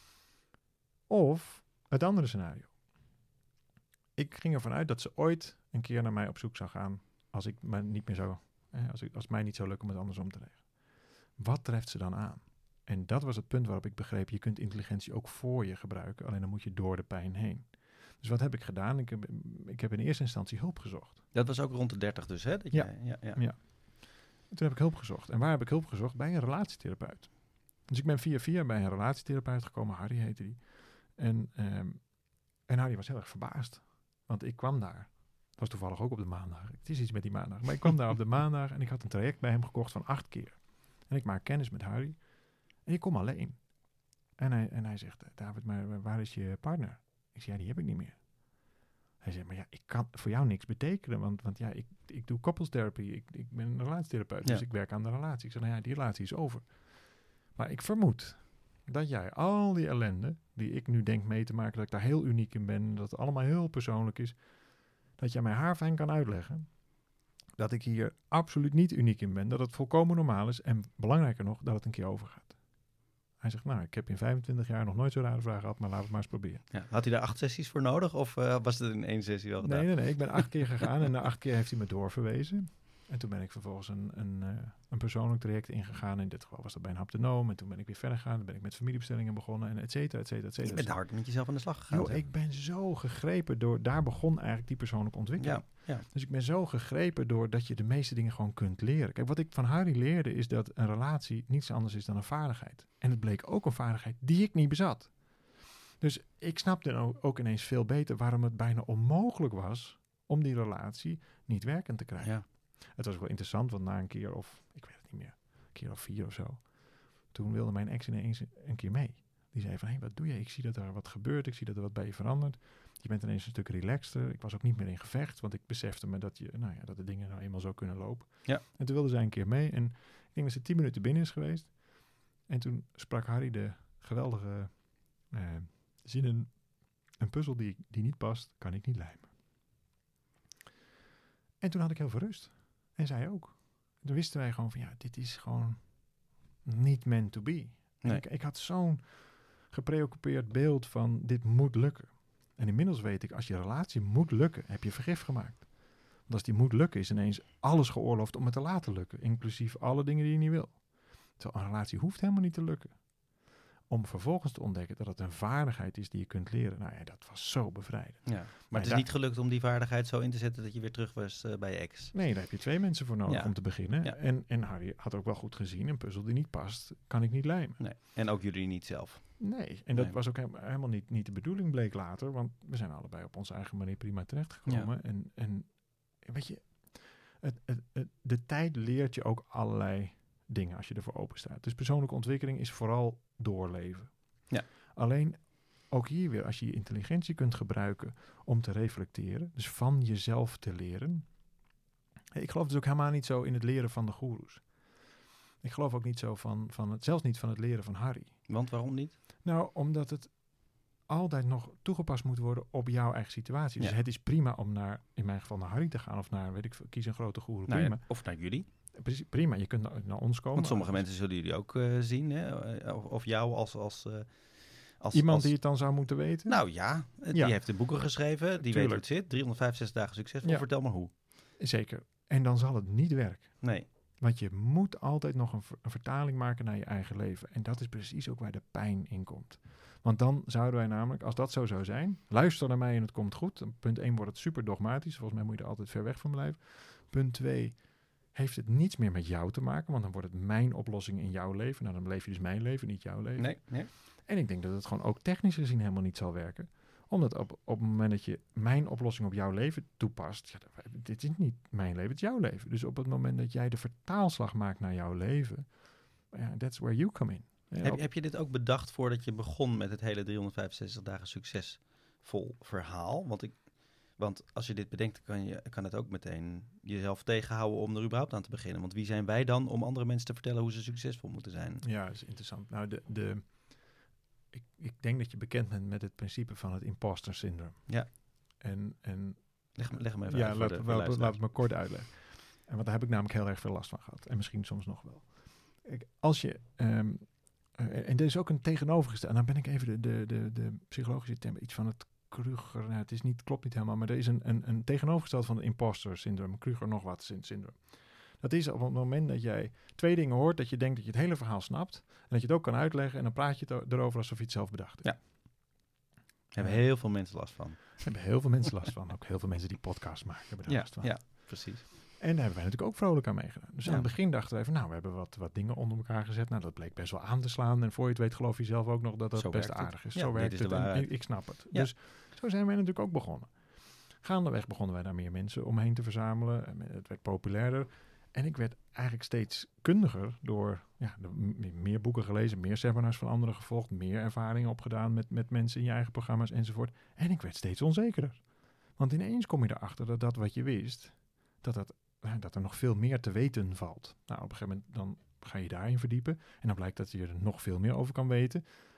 Speaker 2: Of het andere scenario. Ik ging ervan uit dat ze ooit een keer naar mij op zoek zou gaan als ik me niet meer zou, eh, als, ik, als het mij niet zou lukken om het andersom te regelen. Wat treft ze dan aan? En dat was het punt waarop ik begreep, je kunt intelligentie ook voor je gebruiken, alleen dan moet je door de pijn heen. Dus wat heb ik gedaan? Ik heb, ik heb in eerste instantie hulp gezocht.
Speaker 1: Dat was ook rond de dertig dus, hè? Dat
Speaker 2: ja.
Speaker 1: jij, ja, ja.
Speaker 2: ja. Toen heb ik hulp gezocht. En waar heb ik hulp gezocht? Bij een relatietherapeut. Dus ik ben via via bij een relatietherapeut gekomen, Harry heette die. En, um, en Harry was heel erg verbaasd. Want ik kwam daar. Het was toevallig ook op de maandag. Het is iets met die maandag. Maar ik kwam daar op de maandag en ik had een traject bij hem gekocht van acht keer. En ik maak kennis met Harry. En ik kom alleen. En hij, en hij zegt, David, maar waar is je partner? Ik zeg, ja, die heb ik niet meer. Hij zegt, maar ja, ik kan voor jou niks betekenen. Want, want ja, ik, ik doe koppelstherapie. Ik, ik ben een relatietherapeut. Ja. Dus ik werk aan de relatie. Ik zeg, nou ja, die relatie is over. Maar ik vermoed dat jij al die ellende, die ik nu denk mee te maken, dat ik daar heel uniek in ben, dat het allemaal heel persoonlijk is, dat jij mij haarfijn kan uitleggen dat ik hier absoluut niet uniek in ben. Dat het volkomen normaal is. En belangrijker nog, dat het een keer overgaat. Hij zegt, nou, ik heb in vijfentwintig jaar nog nooit zo'n rare vraag gehad, maar laten we het maar eens proberen.
Speaker 1: Ja, had hij daar acht sessies voor nodig of uh, was het in één sessie wel gedaan?
Speaker 2: Nee, nee, nee. Ik ben acht keer gegaan en na acht keer heeft hij me doorverwezen. En toen ben ik vervolgens een, een, uh, een persoonlijk traject ingegaan. In dit geval was dat bij een haptonoom. En toen ben ik weer verder gegaan. Dan ben ik met familiebestellingen begonnen en et cetera, et cetera, et cetera.
Speaker 1: Je bent hard met jezelf aan de slag gegaan.
Speaker 2: Yo, ik ben zo gegrepen door... Daar begon eigenlijk die persoonlijke ontwikkeling.
Speaker 1: Ja, ja.
Speaker 2: Dus ik ben zo gegrepen door dat je de meeste dingen gewoon kunt leren. Kijk, wat ik van Harry leerde is dat een relatie niets anders is dan een vaardigheid. En het bleek ook een vaardigheid die ik niet bezat. Dus ik snapte ook, ook ineens veel beter waarom het bijna onmogelijk was om die relatie niet werkend te krijgen.
Speaker 1: Ja.
Speaker 2: Het was wel interessant, want na een keer of, ik weet het niet meer, een keer of vier of zo, toen wilde mijn ex ineens een keer mee. Die zei van, hé, hey, wat doe je? Ik zie dat er wat gebeurt, ik zie dat er wat bij je verandert. Je bent ineens een stuk relaxter. Ik was ook niet meer in gevecht, want ik besefte me dat, je, nou ja, dat de dingen nou eenmaal zo kunnen lopen.
Speaker 1: Ja. En
Speaker 2: toen wilde zij een keer mee en ik denk dat ze tien minuten binnen is geweest. En toen sprak Harry de geweldige uh, zinnen, een puzzel die, die niet past, kan ik niet lijmen. En toen had ik heel veel rust. En zij ook. Toen wisten wij gewoon van ja, dit is gewoon niet meant to be.
Speaker 1: Nee.
Speaker 2: Ik, ik had zo'n gepreoccupeerd beeld van dit moet lukken. En inmiddels weet ik, als je relatie moet lukken, heb je vergif gemaakt. Want als die moet lukken, is ineens alles geoorloofd om het te laten lukken. Inclusief alle dingen die je niet wil. Terwijl een relatie hoeft helemaal niet te lukken. Om vervolgens te ontdekken dat het een vaardigheid is die je kunt leren. Nou ja, dat was zo bevrijdend.
Speaker 1: Ja, maar het is daar... niet gelukt om die vaardigheid zo in te zetten dat je weer terug was uh, bij je ex.
Speaker 2: Nee, daar heb je twee mensen voor nodig ja. om te beginnen.
Speaker 1: Ja.
Speaker 2: En, en Harry had ook wel goed gezien, een puzzel die niet past, kan ik niet lijmen.
Speaker 1: Nee. En ook jullie niet zelf.
Speaker 2: Nee, en dat nee. was ook he- helemaal niet, niet de bedoeling, bleek later. Want we zijn allebei op onze eigen manier prima terechtgekomen. Ja. En, en weet je, het, het, het, de tijd leert je ook allerlei dingen als je ervoor open staat. Dus persoonlijke ontwikkeling is vooral doorleven.
Speaker 1: Ja.
Speaker 2: Alleen ook hier weer, als je je intelligentie kunt gebruiken om te reflecteren, dus van jezelf te leren. Ik geloof dus ook helemaal niet zo in het leren van de goeroes. Ik geloof ook niet zo van, van het, zelfs niet van het leren van Harry.
Speaker 1: Want waarom niet?
Speaker 2: Nou, omdat het altijd nog toegepast moet worden op jouw eigen situatie. Dus
Speaker 1: ja.
Speaker 2: het is prima om naar, in mijn geval naar Harry te gaan of naar, weet ik, kies een grote goeroe,
Speaker 1: nou,
Speaker 2: prima.
Speaker 1: Ja, of naar jullie.
Speaker 2: Precies, prima, je kunt naar, naar ons komen.
Speaker 1: Want sommige mensen zullen jullie ook uh, zien, hè? Of, of jou als... als uh, Als,
Speaker 2: Iemand
Speaker 1: als...
Speaker 2: die het dan zou moeten weten?
Speaker 1: Nou ja, die ja. heeft de boeken geschreven, die Tuurlijk. weet hoe het zit. driehonderdvijfenzestig dagen succesvol, ja. vertel maar hoe.
Speaker 2: Zeker. En dan zal het niet werken.
Speaker 1: Nee.
Speaker 2: Want je moet altijd nog een, ver- een vertaling maken naar je eigen leven. En dat is precies ook waar de pijn in komt. Want dan zouden wij namelijk, als dat zo zou zijn, luister naar mij en het komt goed. Punt één wordt het super dogmatisch. Volgens mij moet je er altijd ver weg van blijven. Punt twee heeft het niets meer met jou te maken. Want dan wordt het mijn oplossing in jouw leven. Nou, dan leef je dus mijn leven, niet jouw leven.
Speaker 1: Nee, nee.
Speaker 2: En ik denk dat het gewoon ook technisch gezien helemaal niet zal werken. Omdat op, op het moment dat je mijn oplossing op jouw leven toepast, ja, dit is niet mijn leven, het is jouw leven. Dus op het moment dat jij de vertaalslag maakt naar jouw leven, ja, that's where you come in. Ja,
Speaker 1: heb, heb je dit ook bedacht voordat je begon met het hele driehonderdvijfenzestig dagen succesvol verhaal? Want, ik, want als je dit bedenkt, kan, je, kan het ook meteen jezelf tegenhouden om er überhaupt aan te beginnen. Want wie zijn wij dan om andere mensen te vertellen hoe ze succesvol moeten zijn?
Speaker 2: Ja, dat is interessant. Nou, de... de Ik, ik denk dat je bekend bent met het principe van het imposter syndroom.
Speaker 1: Ja.
Speaker 2: En, en
Speaker 1: leg, leg hem even
Speaker 2: ja,
Speaker 1: uit.
Speaker 2: laat,
Speaker 1: de,
Speaker 2: laat, laat het me kort uitleggen. En want daar heb ik namelijk heel erg veel last van gehad. En misschien soms nog wel. Ik, als je... Um, uh, en er is ook een tegenovergestelde... En dan ben ik even de, de, de, de psychologische term... Iets van het Kruger... Nou, het is niet, klopt niet helemaal... Maar er is een, een, een tegenovergestelde van het imposter syndroom. Kruger nog wat syndroom. Dat is op het moment dat jij twee dingen hoort, dat je denkt dat je het hele verhaal snapt. En dat je het ook kan uitleggen en dan praat je het erover alsof je het zelf bedacht hebt.
Speaker 1: Ja. Daar hebben heel veel mensen last van.
Speaker 2: Daar hebben heel veel mensen last van. Ook heel veel mensen die podcasts maken hebben daar
Speaker 1: ja,
Speaker 2: last van.
Speaker 1: Ja, precies.
Speaker 2: En daar hebben wij natuurlijk ook vrolijk aan meegedaan. Dus ja. aan het begin dachten wij van, nou, we hebben wat, wat dingen onder elkaar gezet. Nou, dat bleek best wel aan te slaan. En voor je het weet geloof je zelf ook nog dat dat
Speaker 1: zo
Speaker 2: best aardig is.
Speaker 1: Ja,
Speaker 2: zo werkt het. En ik, ik snap het. Ja. Dus zo zijn wij natuurlijk ook begonnen. Gaandeweg begonnen wij daar meer mensen omheen te verzamelen. Het werd populairder. En ik werd eigenlijk steeds kundiger door ja, meer boeken gelezen, meer seminars van anderen gevolgd, meer ervaringen opgedaan met, met mensen in je eigen programma's enzovoort. En ik werd steeds onzekerder. Want ineens kom je erachter dat dat wat je wist, dat, dat, dat er nog veel meer te weten valt. Nou, op een gegeven moment dan ga je daarin verdiepen en dan blijkt dat je er nog veel meer over kan weten.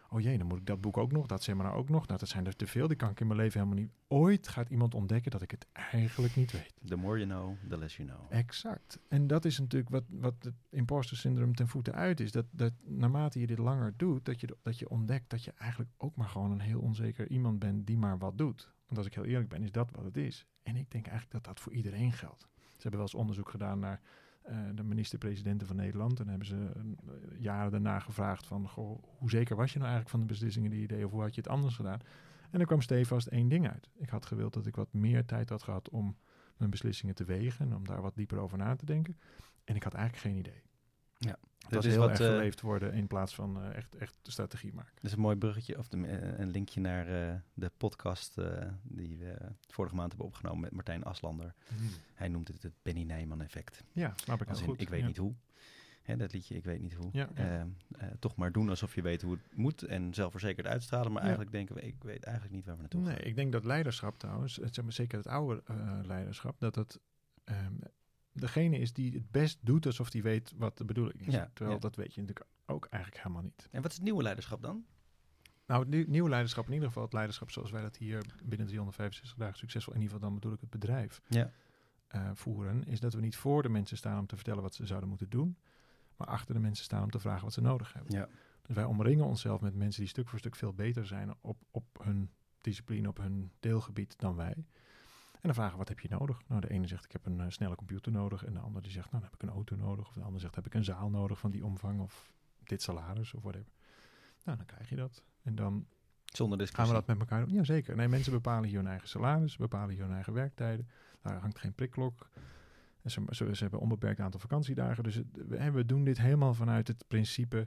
Speaker 2: oh jee, dan moet ik dat boek ook nog, dat seminar ook nog. Nou, dat zijn er te veel, die kan ik in mijn leven helemaal niet. Ooit gaat iemand ontdekken dat ik het eigenlijk niet weet.
Speaker 1: The more you know, the less you know.
Speaker 2: Exact. En dat is natuurlijk wat, wat het imposter syndroom ten voeten uit is. Dat, dat naarmate je dit langer doet, dat je, dat je ontdekt dat je eigenlijk ook maar gewoon een heel onzeker iemand bent die maar wat doet. Want als ik heel eerlijk ben, is dat wat het is. En ik denk eigenlijk dat dat voor iedereen geldt. Ze hebben wel eens onderzoek gedaan naar uh, de minister-presidenten van Nederland. En dan hebben ze uh, jaren daarna gevraagd van, goh, hoe zeker was je nou eigenlijk van de beslissingen die je deed? Of hoe had je het anders gedaan? En er kwam stevast één ding uit. Ik had gewild dat ik wat meer tijd had gehad om mijn beslissingen te wegen en om daar wat dieper over na te denken. En ik had eigenlijk geen idee.
Speaker 1: Ja,
Speaker 2: het was
Speaker 1: is
Speaker 2: heel
Speaker 1: wat,
Speaker 2: erg
Speaker 1: uh,
Speaker 2: geleefd worden in plaats van uh, echt, echt de strategie maken.
Speaker 1: Dat is een mooi bruggetje, of de, uh, een linkje naar uh, de podcast uh, die we vorige maand hebben opgenomen met Martijn Aslander. Hmm. Hij noemt het het Benny Nijman effect.
Speaker 2: Ja, snap ik heel
Speaker 1: in,
Speaker 2: goed.
Speaker 1: Ik weet
Speaker 2: ja.
Speaker 1: niet hoe. Hè, dat liedje, ik weet niet hoe.
Speaker 2: Ja, ja.
Speaker 1: Uh, uh, toch maar doen alsof je weet hoe het moet en zelfverzekerd uitstralen. Maar ja. eigenlijk denken we, ik weet eigenlijk niet waar we naartoe gaan.
Speaker 2: Nee, ik denk dat leiderschap trouwens, zeg maar, zeker het oude uh, leiderschap, dat het um, degene is die het best doet alsof hij weet wat de bedoeling is. Ja, Terwijl ja. dat weet je natuurlijk ook eigenlijk helemaal niet.
Speaker 1: En wat is het nieuwe leiderschap dan?
Speaker 2: Nou, het nieuw, nieuwe leiderschap, in ieder geval het leiderschap zoals wij dat hier binnen driehonderdvijfenzestig dagen succesvol, in ieder geval dan bedoel ik het bedrijf,
Speaker 1: ja.
Speaker 2: uh, voeren, is dat we niet voor de mensen staan om te vertellen wat ze zouden moeten doen, maar achter de mensen staan om te vragen wat ze nodig hebben.
Speaker 1: Ja.
Speaker 2: Dus wij omringen onszelf met mensen die stuk voor stuk veel beter zijn op, op hun discipline, op hun deelgebied dan wij. En dan vragen, wat heb je nodig? Nou, de ene zegt, ik heb een uh, snelle computer nodig. En de ander die zegt, nou, dan heb ik een auto nodig. Of de ander zegt, heb ik een zaal nodig van die omvang of dit salaris of whatever. Nou, dan krijg je dat. En dan
Speaker 1: Zonder discussie.
Speaker 2: gaan we dat met elkaar doen. Jazeker. Nee, mensen bepalen hier hun eigen salaris, bepalen hier hun eigen werktijden. Daar hangt geen prikklok. En ze, ze, ze hebben een onbeperkt aantal vakantiedagen. Dus het, we, we doen dit helemaal vanuit het principe,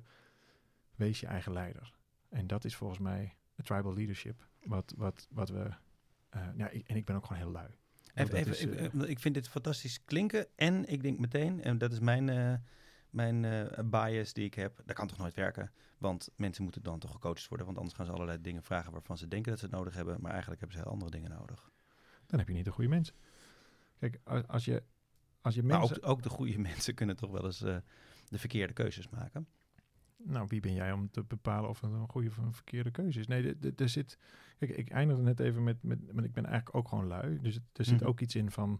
Speaker 2: wees je eigen leider. En dat is volgens mij het tribal leadership. Wat, wat, wat we... Uh, ja, ik, en ik ben ook gewoon heel lui.
Speaker 1: Even, even, is, uh, ik, ik vind dit fantastisch klinken. En ik denk meteen, en dat is mijn, uh, mijn uh, bias die ik heb, dat kan toch nooit werken? Want mensen moeten dan toch gecoacht worden. Want anders gaan ze allerlei dingen vragen waarvan ze denken dat ze het nodig hebben. Maar eigenlijk hebben ze heel andere dingen nodig.
Speaker 2: Dan heb je niet de goede mensen. Kijk, als je, als je
Speaker 1: maar
Speaker 2: mensen...
Speaker 1: ook, ook de goede mensen kunnen toch wel eens uh, de verkeerde keuzes maken.
Speaker 2: Nou, wie ben jij om te bepalen of het een goede of een verkeerde keuze is? Nee, er zit... Kijk, ik eindigde net even met, met, met... Ik ben eigenlijk ook gewoon lui. Dus het, er zit mm-hmm. ook iets in van...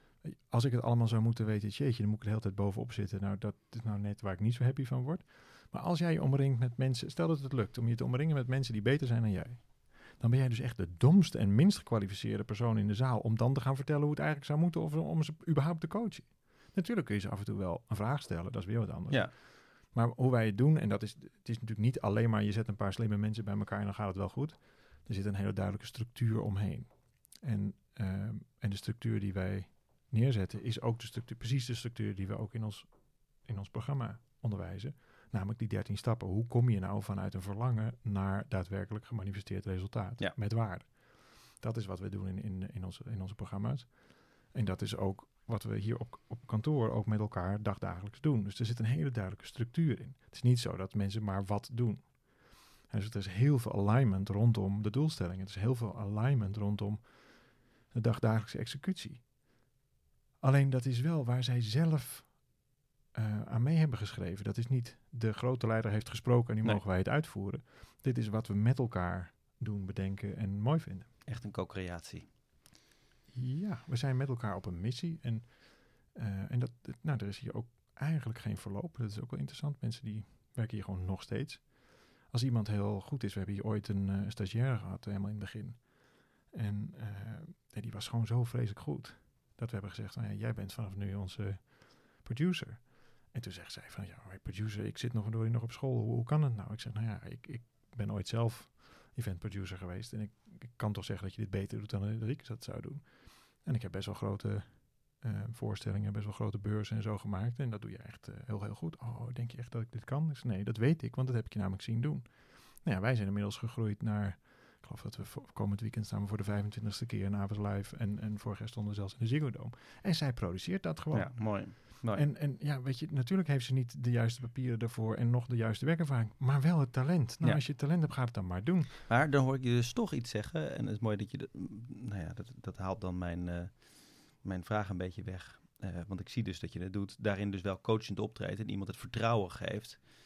Speaker 2: Als ik het allemaal zou moeten weten, jeetje, dan moet ik de hele tijd bovenop zitten. Nou, dat is nou net waar ik niet zo happy van word. Maar als jij je omringt met mensen... Stel dat het lukt om je te omringen met mensen die beter zijn dan jij. Dan ben jij dus echt de domste en minst gekwalificeerde persoon in de zaal... om dan te gaan vertellen hoe het eigenlijk zou moeten... of om ze überhaupt te coachen. Natuurlijk kun je ze af en toe wel een vraag stellen. Dat is weer wat anders.
Speaker 1: Ja.
Speaker 2: Maar hoe wij het doen, en dat is, het is natuurlijk niet alleen maar... je zet een paar slimme mensen bij elkaar en dan gaat het wel goed. Er zit een hele duidelijke structuur omheen. En, uh, en de structuur die wij neerzetten... is ook de structuur, precies de structuur die we ook in ons, in ons programma onderwijzen. Namelijk die dertien stappen. Hoe kom je nou vanuit een verlangen... naar daadwerkelijk gemanifesteerd resultaat?
Speaker 1: Ja.
Speaker 2: Met waarde. Dat is wat we doen in, in, in, onze, in onze programma's. En dat is ook... wat we hier op, op kantoor ook met elkaar dagdagelijks doen. Dus er zit een hele duidelijke structuur in. Het is niet zo dat mensen maar wat doen. En dus er is heel veel alignment rondom de doelstellingen. Er is heel veel alignment rondom de dagdagelijkse executie. Alleen dat is wel waar zij zelf uh, aan mee hebben geschreven. Dat is niet de grote leider heeft gesproken en nu nee. mogen wij het uitvoeren. Dit is wat we met elkaar doen, bedenken en mooi vinden.
Speaker 1: Echt een co-creatie.
Speaker 2: Ja, we zijn met elkaar op een missie. En, uh, en dat, nou, er is hier ook eigenlijk geen verloop. Dat is ook wel interessant. Mensen die werken hier gewoon nog steeds. Als iemand heel goed is, we hebben hier ooit een uh, stagiaire gehad, helemaal in het begin. En uh, ja, die was gewoon zo vreselijk goed. Dat we hebben gezegd, nou ja, jij bent vanaf nu onze producer. En toen zegt zij van, ja, maar producer, ik zit nog, door nog op school. Hoe, hoe kan het nou? Ik zeg, nou ja, ik, ik ben ooit zelf event producer geweest. En ik, ik kan toch zeggen dat je dit beter doet dan dat ik dat zou doen. En ik heb best wel grote uh, voorstellingen, best wel grote beurzen en zo gemaakt. En dat doe je echt uh, heel, heel goed. Oh, denk je echt dat ik dit kan? Ik zeg, nee, dat weet ik, want dat heb ik je namelijk zien doen. Nou ja, wij zijn inmiddels gegroeid naar... Ik geloof dat we voor, komend weekend staan we voor de vijfentwintigste keer in Avers Live. En, en vorig jaar stonden we zelfs in de Ziggo Dome. En zij produceert dat gewoon.
Speaker 1: Ja, mooi. mooi.
Speaker 2: En, en ja, weet je, natuurlijk heeft ze niet de juiste papieren ervoor en nog de juiste werkervaring. Maar wel het talent. Nou, ja. Als je talent hebt, gaat het dan maar doen.
Speaker 1: Maar dan hoor ik je dus toch iets zeggen. En het is mooi dat je... De, nou ja, dat, dat haalt dan mijn, uh, mijn vraag een beetje weg. Uh, want ik zie dus dat je het doet. Daarin dus wel coachend optreedt en iemand het vertrouwen geeft.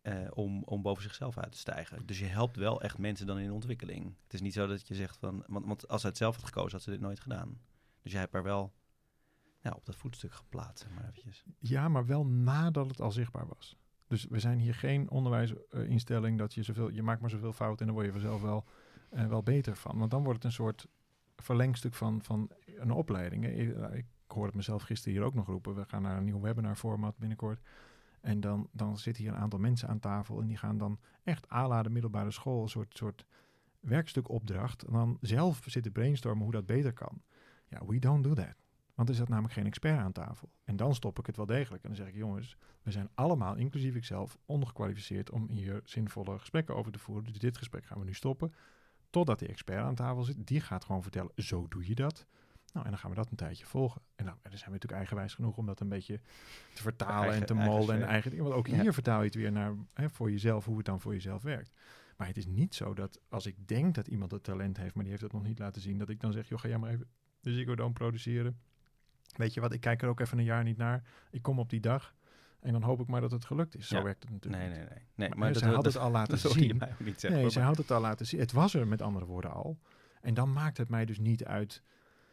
Speaker 1: uh, om, om boven zichzelf uit te stijgen. Dus je helpt wel echt mensen dan in ontwikkeling. Het is niet zo dat je zegt van... Want, want als ze het zelf had gekozen, had ze dit nooit gedaan. Dus jij hebt haar wel ja, op dat voetstuk geplaatst. Zeg maar eventjes.
Speaker 2: Ja, maar wel nadat het al zichtbaar was. Dus we zijn hier geen onderwijsinstelling dat je zoveel... Je maakt maar zoveel fouten en dan word je vanzelf wel, uh, wel beter van. Want dan wordt het een soort verlengstuk van, van een opleiding. Hè. Ik, ik hoorde het mezelf gisteren hier ook nog roepen. We gaan naar een nieuw webinar format binnenkort. En dan, dan zitten hier een aantal mensen aan tafel en die gaan dan echt à la de middelbare school een soort, soort werkstukopdracht en dan zelf zitten brainstormen hoe dat beter kan. Ja, we don't do that. Want er zit namelijk geen expert aan tafel. En dan stop ik het wel degelijk. En dan zeg ik, jongens, we zijn allemaal, inclusief ikzelf, ongekwalificeerd om hier zinvolle gesprekken over te voeren. Dus dit gesprek gaan we nu stoppen. Totdat die expert aan tafel zit. Die gaat gewoon vertellen, zo doe je dat. Nou, en dan gaan we dat een tijdje volgen. En nou, dan zijn we natuurlijk eigenwijs genoeg om dat een beetje te vertalen eigen, en te molden. En eigen dingen. Want ook hier ja. vertaal je het weer naar hè, voor jezelf, hoe het dan voor jezelf werkt. Maar het is niet zo dat als ik denk dat iemand het talent heeft, maar die heeft het nog niet laten zien, dat ik dan zeg, joh, ga jij maar even de Ziggo Dome produceren. Weet je wat, ik kijk er ook even een jaar niet naar. Ik kom op die dag en dan hoop ik maar dat het gelukt is. Zo ja. werkt het natuurlijk
Speaker 1: nee,
Speaker 2: niet.
Speaker 1: Nee, nee, nee.
Speaker 2: Maar,
Speaker 1: maar
Speaker 2: ze
Speaker 1: dat,
Speaker 2: had
Speaker 1: dat,
Speaker 2: het al laten
Speaker 1: dat
Speaker 2: zien.
Speaker 1: Je mij ook niet zeggen,
Speaker 2: nee,
Speaker 1: hoor,
Speaker 2: ze
Speaker 1: maar...
Speaker 2: had het al laten zien. Het was er met andere woorden al. En dan maakt het mij dus niet uit.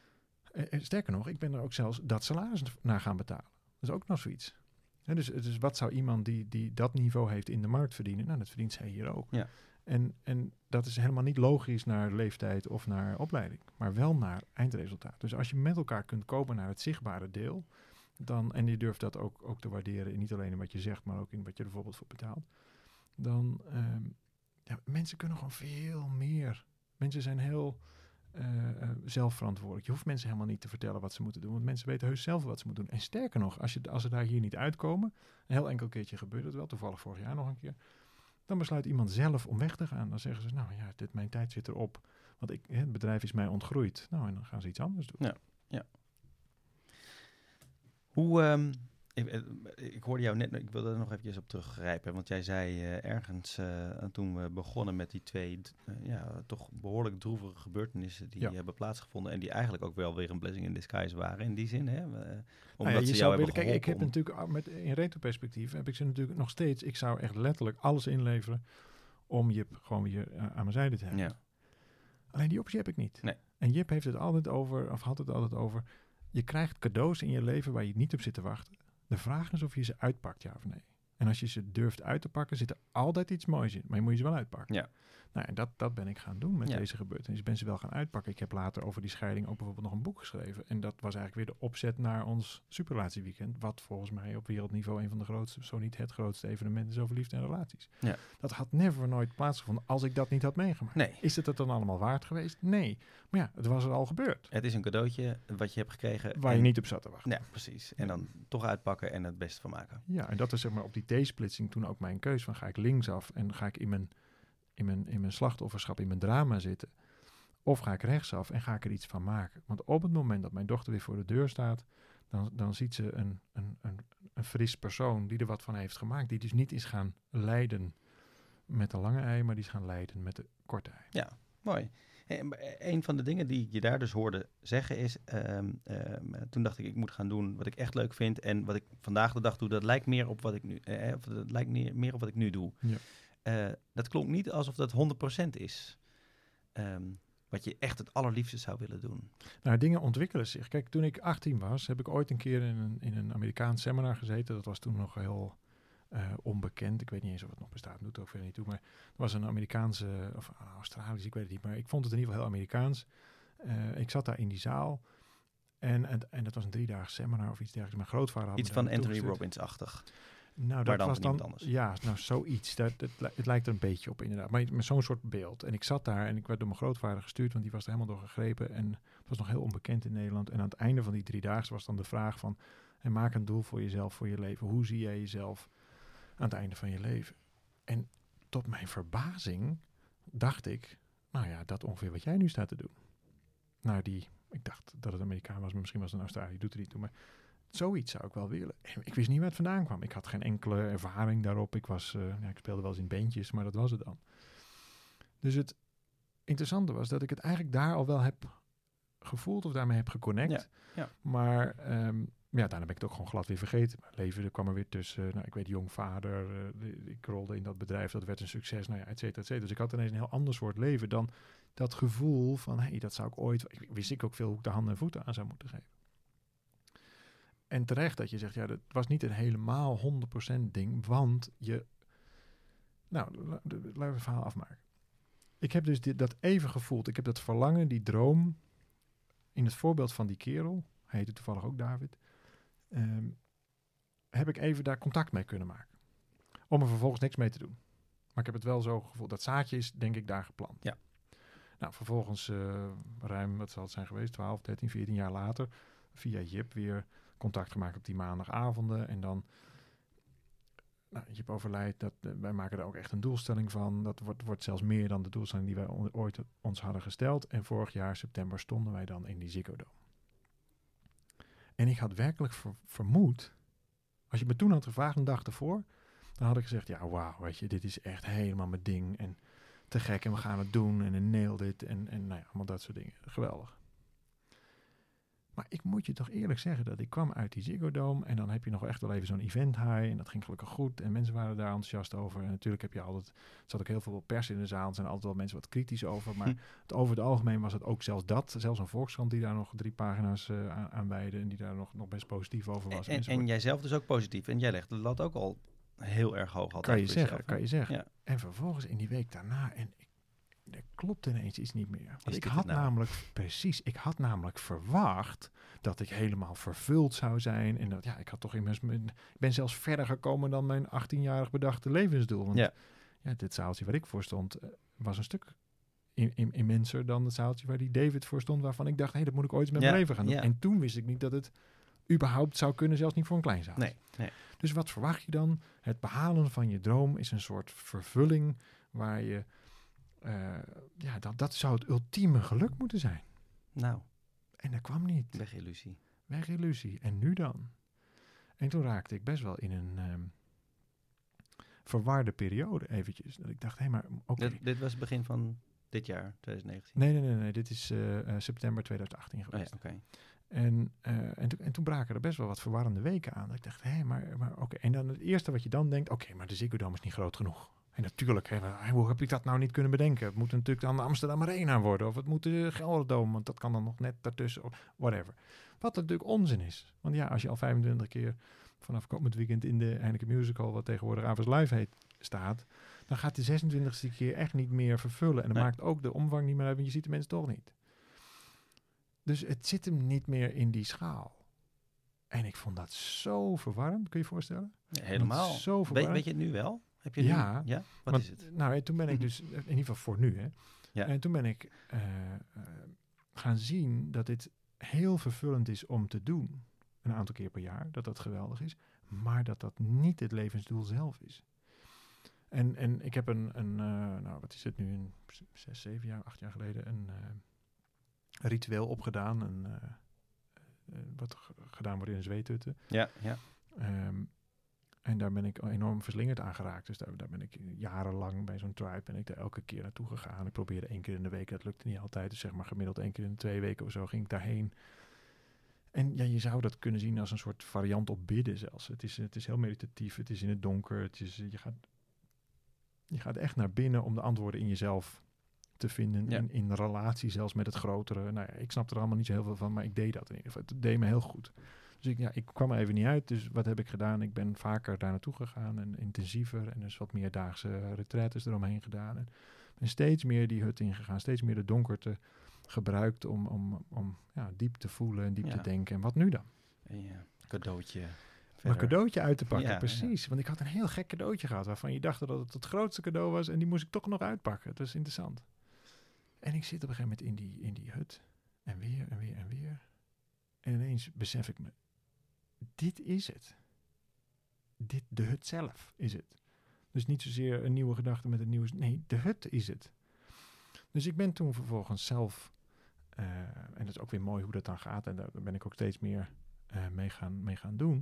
Speaker 2: Eh, sterker nog, ik ben er ook zelfs dat salaris naar gaan betalen. Dat is ook nog zoiets. En dus, dus wat zou iemand die, die dat niveau heeft in de markt verdienen? Nou, dat verdient zij hier ook.
Speaker 1: Ja.
Speaker 2: En, en dat is helemaal niet logisch naar leeftijd of naar opleiding, maar wel naar eindresultaat. Dus als je met elkaar kunt komen naar het zichtbare deel, dan, en je durft dat ook, ook te waarderen, niet alleen in wat je zegt, maar ook in wat je er bijvoorbeeld voor betaalt, dan, um, ja, mensen kunnen gewoon veel meer. Mensen zijn heel uh, uh, zelfverantwoordelijk. Je hoeft mensen helemaal niet te vertellen wat ze moeten doen, want mensen weten heus zelf wat ze moeten doen. En sterker nog, als, je, als ze daar hier niet uitkomen, een heel enkel keertje gebeurt het wel, toevallig vorig jaar nog een keer, dan besluit iemand zelf om weg te gaan. Dan zeggen ze, nou ja, dit, mijn tijd zit erop. Want ik, het bedrijf is mij ontgroeid. Nou, en dan gaan ze iets anders doen.
Speaker 1: Ja, ja. Hoe, um, ik, ik hoorde jou net, ik wilde er nog eventjes op teruggrijpen. Want jij zei uh, ergens, uh, toen we begonnen met die twee, uh, ja, toch behoorlijk droevige gebeurtenissen die ja. hebben plaatsgevonden. En die eigenlijk ook wel weer een blessing in disguise waren in die zin, hè? Uh, omdat
Speaker 2: nou ja, je
Speaker 1: ze
Speaker 2: zou
Speaker 1: jou
Speaker 2: willen,
Speaker 1: hebben
Speaker 2: kijk, ik heb
Speaker 1: om...
Speaker 2: natuurlijk, met, in retroperspectief heb ik ze natuurlijk nog steeds, ik zou echt letterlijk alles inleveren om Jip gewoon weer uh, aan mijn zijde te hebben.
Speaker 1: Ja.
Speaker 2: Alleen die optie heb ik niet.
Speaker 1: Nee.
Speaker 2: En Jip heeft het altijd over, of had het altijd over, je krijgt cadeaus in je leven waar je niet op zit te wachten. De vraag is of je ze uitpakt, ja of nee. En als je ze durft uit te pakken, zit er altijd iets moois in. Maar je moet je ze wel uitpakken.
Speaker 1: Ja.
Speaker 2: Nou, en dat, dat ben ik gaan doen met
Speaker 1: ja.
Speaker 2: deze gebeurtenis. Ik ben ze wel gaan uitpakken. Ik heb later over die scheiding ook bijvoorbeeld nog een boek geschreven. En dat was eigenlijk weer de opzet naar ons superrelatieweekend. Wat volgens mij op wereldniveau een van de grootste, zo niet het grootste evenement is over liefde en relaties.
Speaker 1: Ja.
Speaker 2: Dat had never nooit plaatsgevonden als ik dat niet had meegemaakt.
Speaker 1: Nee.
Speaker 2: Is het het dan allemaal waard geweest? Nee. Maar ja, het was er al gebeurd.
Speaker 1: Het is een cadeautje wat je hebt gekregen.
Speaker 2: Waar
Speaker 1: en...
Speaker 2: je niet op zat te wachten.
Speaker 1: Ja, precies. En dan toch uitpakken en het beste van maken.
Speaker 2: Ja, en dat is zeg maar op die T-splitsing toen ook mijn keus van ga ik linksaf en ga ik in mijn, in mijn, in mijn slachtofferschap, in mijn drama zitten. Of ga ik rechtsaf en ga ik er iets van maken. Want op het moment dat mijn dochter weer voor de deur staat, dan, dan ziet ze een, een, een, een fris persoon die er wat van heeft gemaakt. Die dus niet is gaan lijden met de lange ei, maar die is gaan lijden met de korte ei.
Speaker 1: Ja, mooi. En een van de dingen die je daar dus hoorde zeggen is, um, um, toen dacht ik, ik moet gaan doen wat ik echt leuk vind. En wat ik vandaag de dag doe, dat lijkt meer op wat ik nu, eh, of dat lijkt meer, meer op wat ik nu doe.
Speaker 2: Ja.
Speaker 1: Uh, dat klonk niet alsof dat honderd procent is. Um, wat je echt het allerliefste zou willen doen.
Speaker 2: Nou, dingen ontwikkelen zich. Kijk, toen ik achttien was, heb ik ooit een keer in een, in een Amerikaans seminar gezeten. Dat was toen nog heel uh, onbekend. Ik weet niet eens of het nog bestaat, doet ook verder niet toe. Maar het was een Amerikaanse, of Australisch, ik weet het niet. Maar ik vond het in ieder geval heel Amerikaans. Uh, ik zat daar in die zaal. En, en, en dat was een driedaags seminar of iets dergelijks. Mijn grootvader had
Speaker 1: iets van Anthony Robbins-achtig.
Speaker 2: Nou, dat was dan, anders. Ja, nou, zoiets. Dat, het, het lijkt er een beetje op, inderdaad. Maar met zo'n soort beeld. En ik zat daar en ik werd door mijn grootvader gestuurd, want die was er helemaal door gegrepen. En het was nog heel onbekend in Nederland. En aan het einde van die driedaags was dan de vraag van, en maak een doel voor jezelf, voor je leven. Hoe zie jij jezelf aan het einde van je leven? En tot mijn verbazing dacht ik, nou ja, dat ongeveer wat jij nu staat te doen. Nou, die, ik dacht dat het Amerikaan was, maar misschien was het een Australië, doet er niet toe, maar zoiets zou ik wel willen. Ik wist niet waar het vandaan kwam. Ik had geen enkele ervaring daarop. Ik, was, uh, ja, ik speelde wel eens in bandjes, maar dat was het dan. Dus het interessante was dat ik het eigenlijk daar al wel heb gevoeld of daarmee heb geconnect.
Speaker 1: Ja, ja.
Speaker 2: Maar um, ja, daarna ben ik het ook gewoon glad weer vergeten. Mijn leven er kwam er weer tussen. Nou, ik weet, jong vader. Uh, ik rolde in dat bedrijf. Dat werd een succes. Nou ja, et cetera, et cetera. Dus ik had ineens een heel ander soort leven dan dat gevoel van, hé, hey, dat zou ik ooit... Ik wist ik ook veel hoe ik de handen en voeten aan zou moeten geven. En terecht dat je zegt, ja, dat was niet een helemaal honderd procent ding, want je... Nou, la, de, laten we het verhaal afmaken. Ik heb dus dit, dat even gevoeld. Ik heb dat verlangen, die droom, in het voorbeeld van die kerel, hij heette toevallig ook David, um, heb ik even daar contact mee kunnen maken. Om er vervolgens niks mee te doen. Maar ik heb het wel zo gevoeld. Dat zaadje is, denk ik, daar geplant.
Speaker 1: Ja.
Speaker 2: Nou, vervolgens uh, ruim, wat zal het zijn geweest, twaalf, dertien, veertien jaar later, via Jip weer contact gemaakt op die maandagavonden. En dan, nou, Jip overlijdt, dat, uh, wij maken daar ook echt een doelstelling van. Dat wordt, wordt zelfs meer dan de doelstelling die wij on, ooit ons hadden gesteld. En vorig jaar, september, stonden wij dan in die Ziggo Dome. En ik had werkelijk ver, vermoed, als je me toen had gevraagd een dag ervoor, dan had ik gezegd, ja, wauw, weet je, dit is echt helemaal mijn ding. En te gek, en we gaan het doen, en een nail dit, en, en nou ja, allemaal dat soort dingen. Geweldig. Maar ik moet je toch eerlijk zeggen dat ik kwam uit die Ziggo Dome en dan heb je nog echt wel even zo'n event high en dat ging gelukkig goed en mensen waren daar enthousiast over. En natuurlijk heb je altijd, er zat ook heel veel pers in de zaal, er zijn altijd wel mensen wat kritisch over, maar hm. het, over het algemeen was het ook zelfs dat, zelfs een Volkskrant die daar nog drie pagina's uh, aan, aan wijde en die daar nog, nog best positief over was.
Speaker 1: En, en, en jij zelf dus ook positief en jij legt de lat ook al heel erg hoog altijd.
Speaker 2: Kan je zeggen,
Speaker 1: jezelf,
Speaker 2: kan je zeggen.
Speaker 1: Ja.
Speaker 2: En vervolgens in die week daarna en ik, er klopt ineens iets niet meer. Want
Speaker 1: Is
Speaker 2: ik
Speaker 1: dit
Speaker 2: had
Speaker 1: het nou?
Speaker 2: namelijk, precies, ik had namelijk verwacht dat ik helemaal vervuld zou zijn. En dat, ja, ik had toch immers, mijn, ik ben zelfs verder gekomen dan mijn achttienjarig bedachte levensdoel. Want
Speaker 1: Ja.
Speaker 2: ja, dit zaaltje waar ik voor stond, uh, was een stuk in, in, immenser dan het zaaltje waar die David voor stond, waarvan ik dacht, hé, hey, dat moet ik ooit met
Speaker 1: ja.
Speaker 2: mijn leven gaan doen.
Speaker 1: Ja.
Speaker 2: En toen wist ik niet dat het überhaupt zou kunnen, zelfs niet voor een klein zaaltje.
Speaker 1: Nee, nee.
Speaker 2: Dus wat verwacht je dan? Het behalen van je droom is een soort vervulling waar je... Uh, ja, dat, dat zou het ultieme geluk moeten zijn.
Speaker 1: Nou.
Speaker 2: En dat kwam niet.
Speaker 1: Weg illusie.
Speaker 2: Weg illusie. En nu dan? En toen raakte ik best wel in een um, verwarde periode eventjes. Dat ik dacht, hé, hey, maar oké. Okay.
Speaker 1: Dit, dit was het begin van dit jaar, twintig negentien?
Speaker 2: Nee, nee, nee, nee. Dit is uh, uh, september twintig achttien geweest.
Speaker 1: Oh ja, okay.
Speaker 2: En, uh, en, to- en toen braken er best wel wat verwarrende weken aan. Dat ik dacht, hé, hey, maar, maar oké. Okay. En dan het eerste wat je dan denkt, oké, okay, maar de Ziggo Dome is niet groot genoeg. En natuurlijk, hè, hoe heb ik dat nou niet kunnen bedenken? Het moet natuurlijk dan de Amsterdam Arena worden. Of het moet de Gelderdoom, want dat kan dan nog net daartussen. Of whatever. Wat natuurlijk onzin is. Want ja, als je al vijfentwintig keer vanaf komend weekend in de Heineken Musical, wat tegenwoordig Avers Live heet, staat, dan gaat de zesentwintigste keer echt niet meer vervullen. En dan nee. maakt ook de omvang niet meer uit, want je ziet de mensen toch niet. Dus het zit hem niet meer in die schaal. En ik vond dat zo verwarrend, kun je je voorstellen?
Speaker 1: Ja, helemaal.
Speaker 2: Zo
Speaker 1: weet, weet je het nu wel? Heb je
Speaker 2: ja.
Speaker 1: Nu? Ja? Wat
Speaker 2: want,
Speaker 1: is het?
Speaker 2: Nou, toen ben ik dus, in ieder geval voor nu, hè.
Speaker 1: Ja.
Speaker 2: En toen ben ik uh, uh, gaan zien dat dit heel vervullend is om te doen. Een aantal keer per jaar, dat dat geweldig is. Maar dat dat niet het levensdoel zelf is. En, en ik heb een, een uh, nou wat is het nu, een zes, zeven jaar, acht jaar geleden, een uh, ritueel opgedaan. Een, uh, uh, wat g- gedaan wordt in een zweethutten.
Speaker 1: Ja, ja.
Speaker 2: Um, En daar ben ik enorm verslingerd aan geraakt. Dus daar, daar ben ik jarenlang bij zo'n tribe ben ik daar elke keer naartoe gegaan. Ik probeerde één keer in de week, dat lukte niet altijd. Dus zeg maar gemiddeld één keer in de twee weken of zo ging ik daarheen. En ja, je zou dat kunnen zien als een soort variant op bidden zelfs. Het is, het is heel meditatief, het is in het donker. Het is, je, gaat, je gaat echt naar binnen om de antwoorden in jezelf te vinden. Ja. In, in relatie zelfs met het grotere. Nou ja, ik snap er allemaal niet zo heel veel van, maar ik deed dat in ieder geval. Het deed me heel goed. Dus ik, ja, ik kwam er even niet uit. Dus wat heb ik gedaan? Ik ben vaker daar naartoe gegaan en intensiever. En dus wat meerdaagse retraites eromheen gedaan. En ben steeds meer die hut ingegaan. Steeds meer de donkerte gebruikt om, om, om ja, diep te voelen en diep ja. te denken. En wat nu dan?
Speaker 1: En ja, cadeautje.
Speaker 2: Een cadeautje uit te pakken,
Speaker 1: ja,
Speaker 2: precies.
Speaker 1: Ja.
Speaker 2: Want ik had een heel gek cadeautje gehad waarvan je dacht dat het het grootste cadeau was. En die moest ik toch nog uitpakken. Dat is interessant. En ik zit op een gegeven moment in die, in die hut. En weer en weer en weer. En ineens besef ik me, dit is het. Dit, de hut zelf is het. Dus niet zozeer een nieuwe gedachte met een nieuwe... Nee, de hut is het. Dus ik ben toen vervolgens zelf... Uh, en dat is ook weer mooi hoe dat dan gaat. En daar ben ik ook steeds meer uh, mee, gaan, mee gaan doen.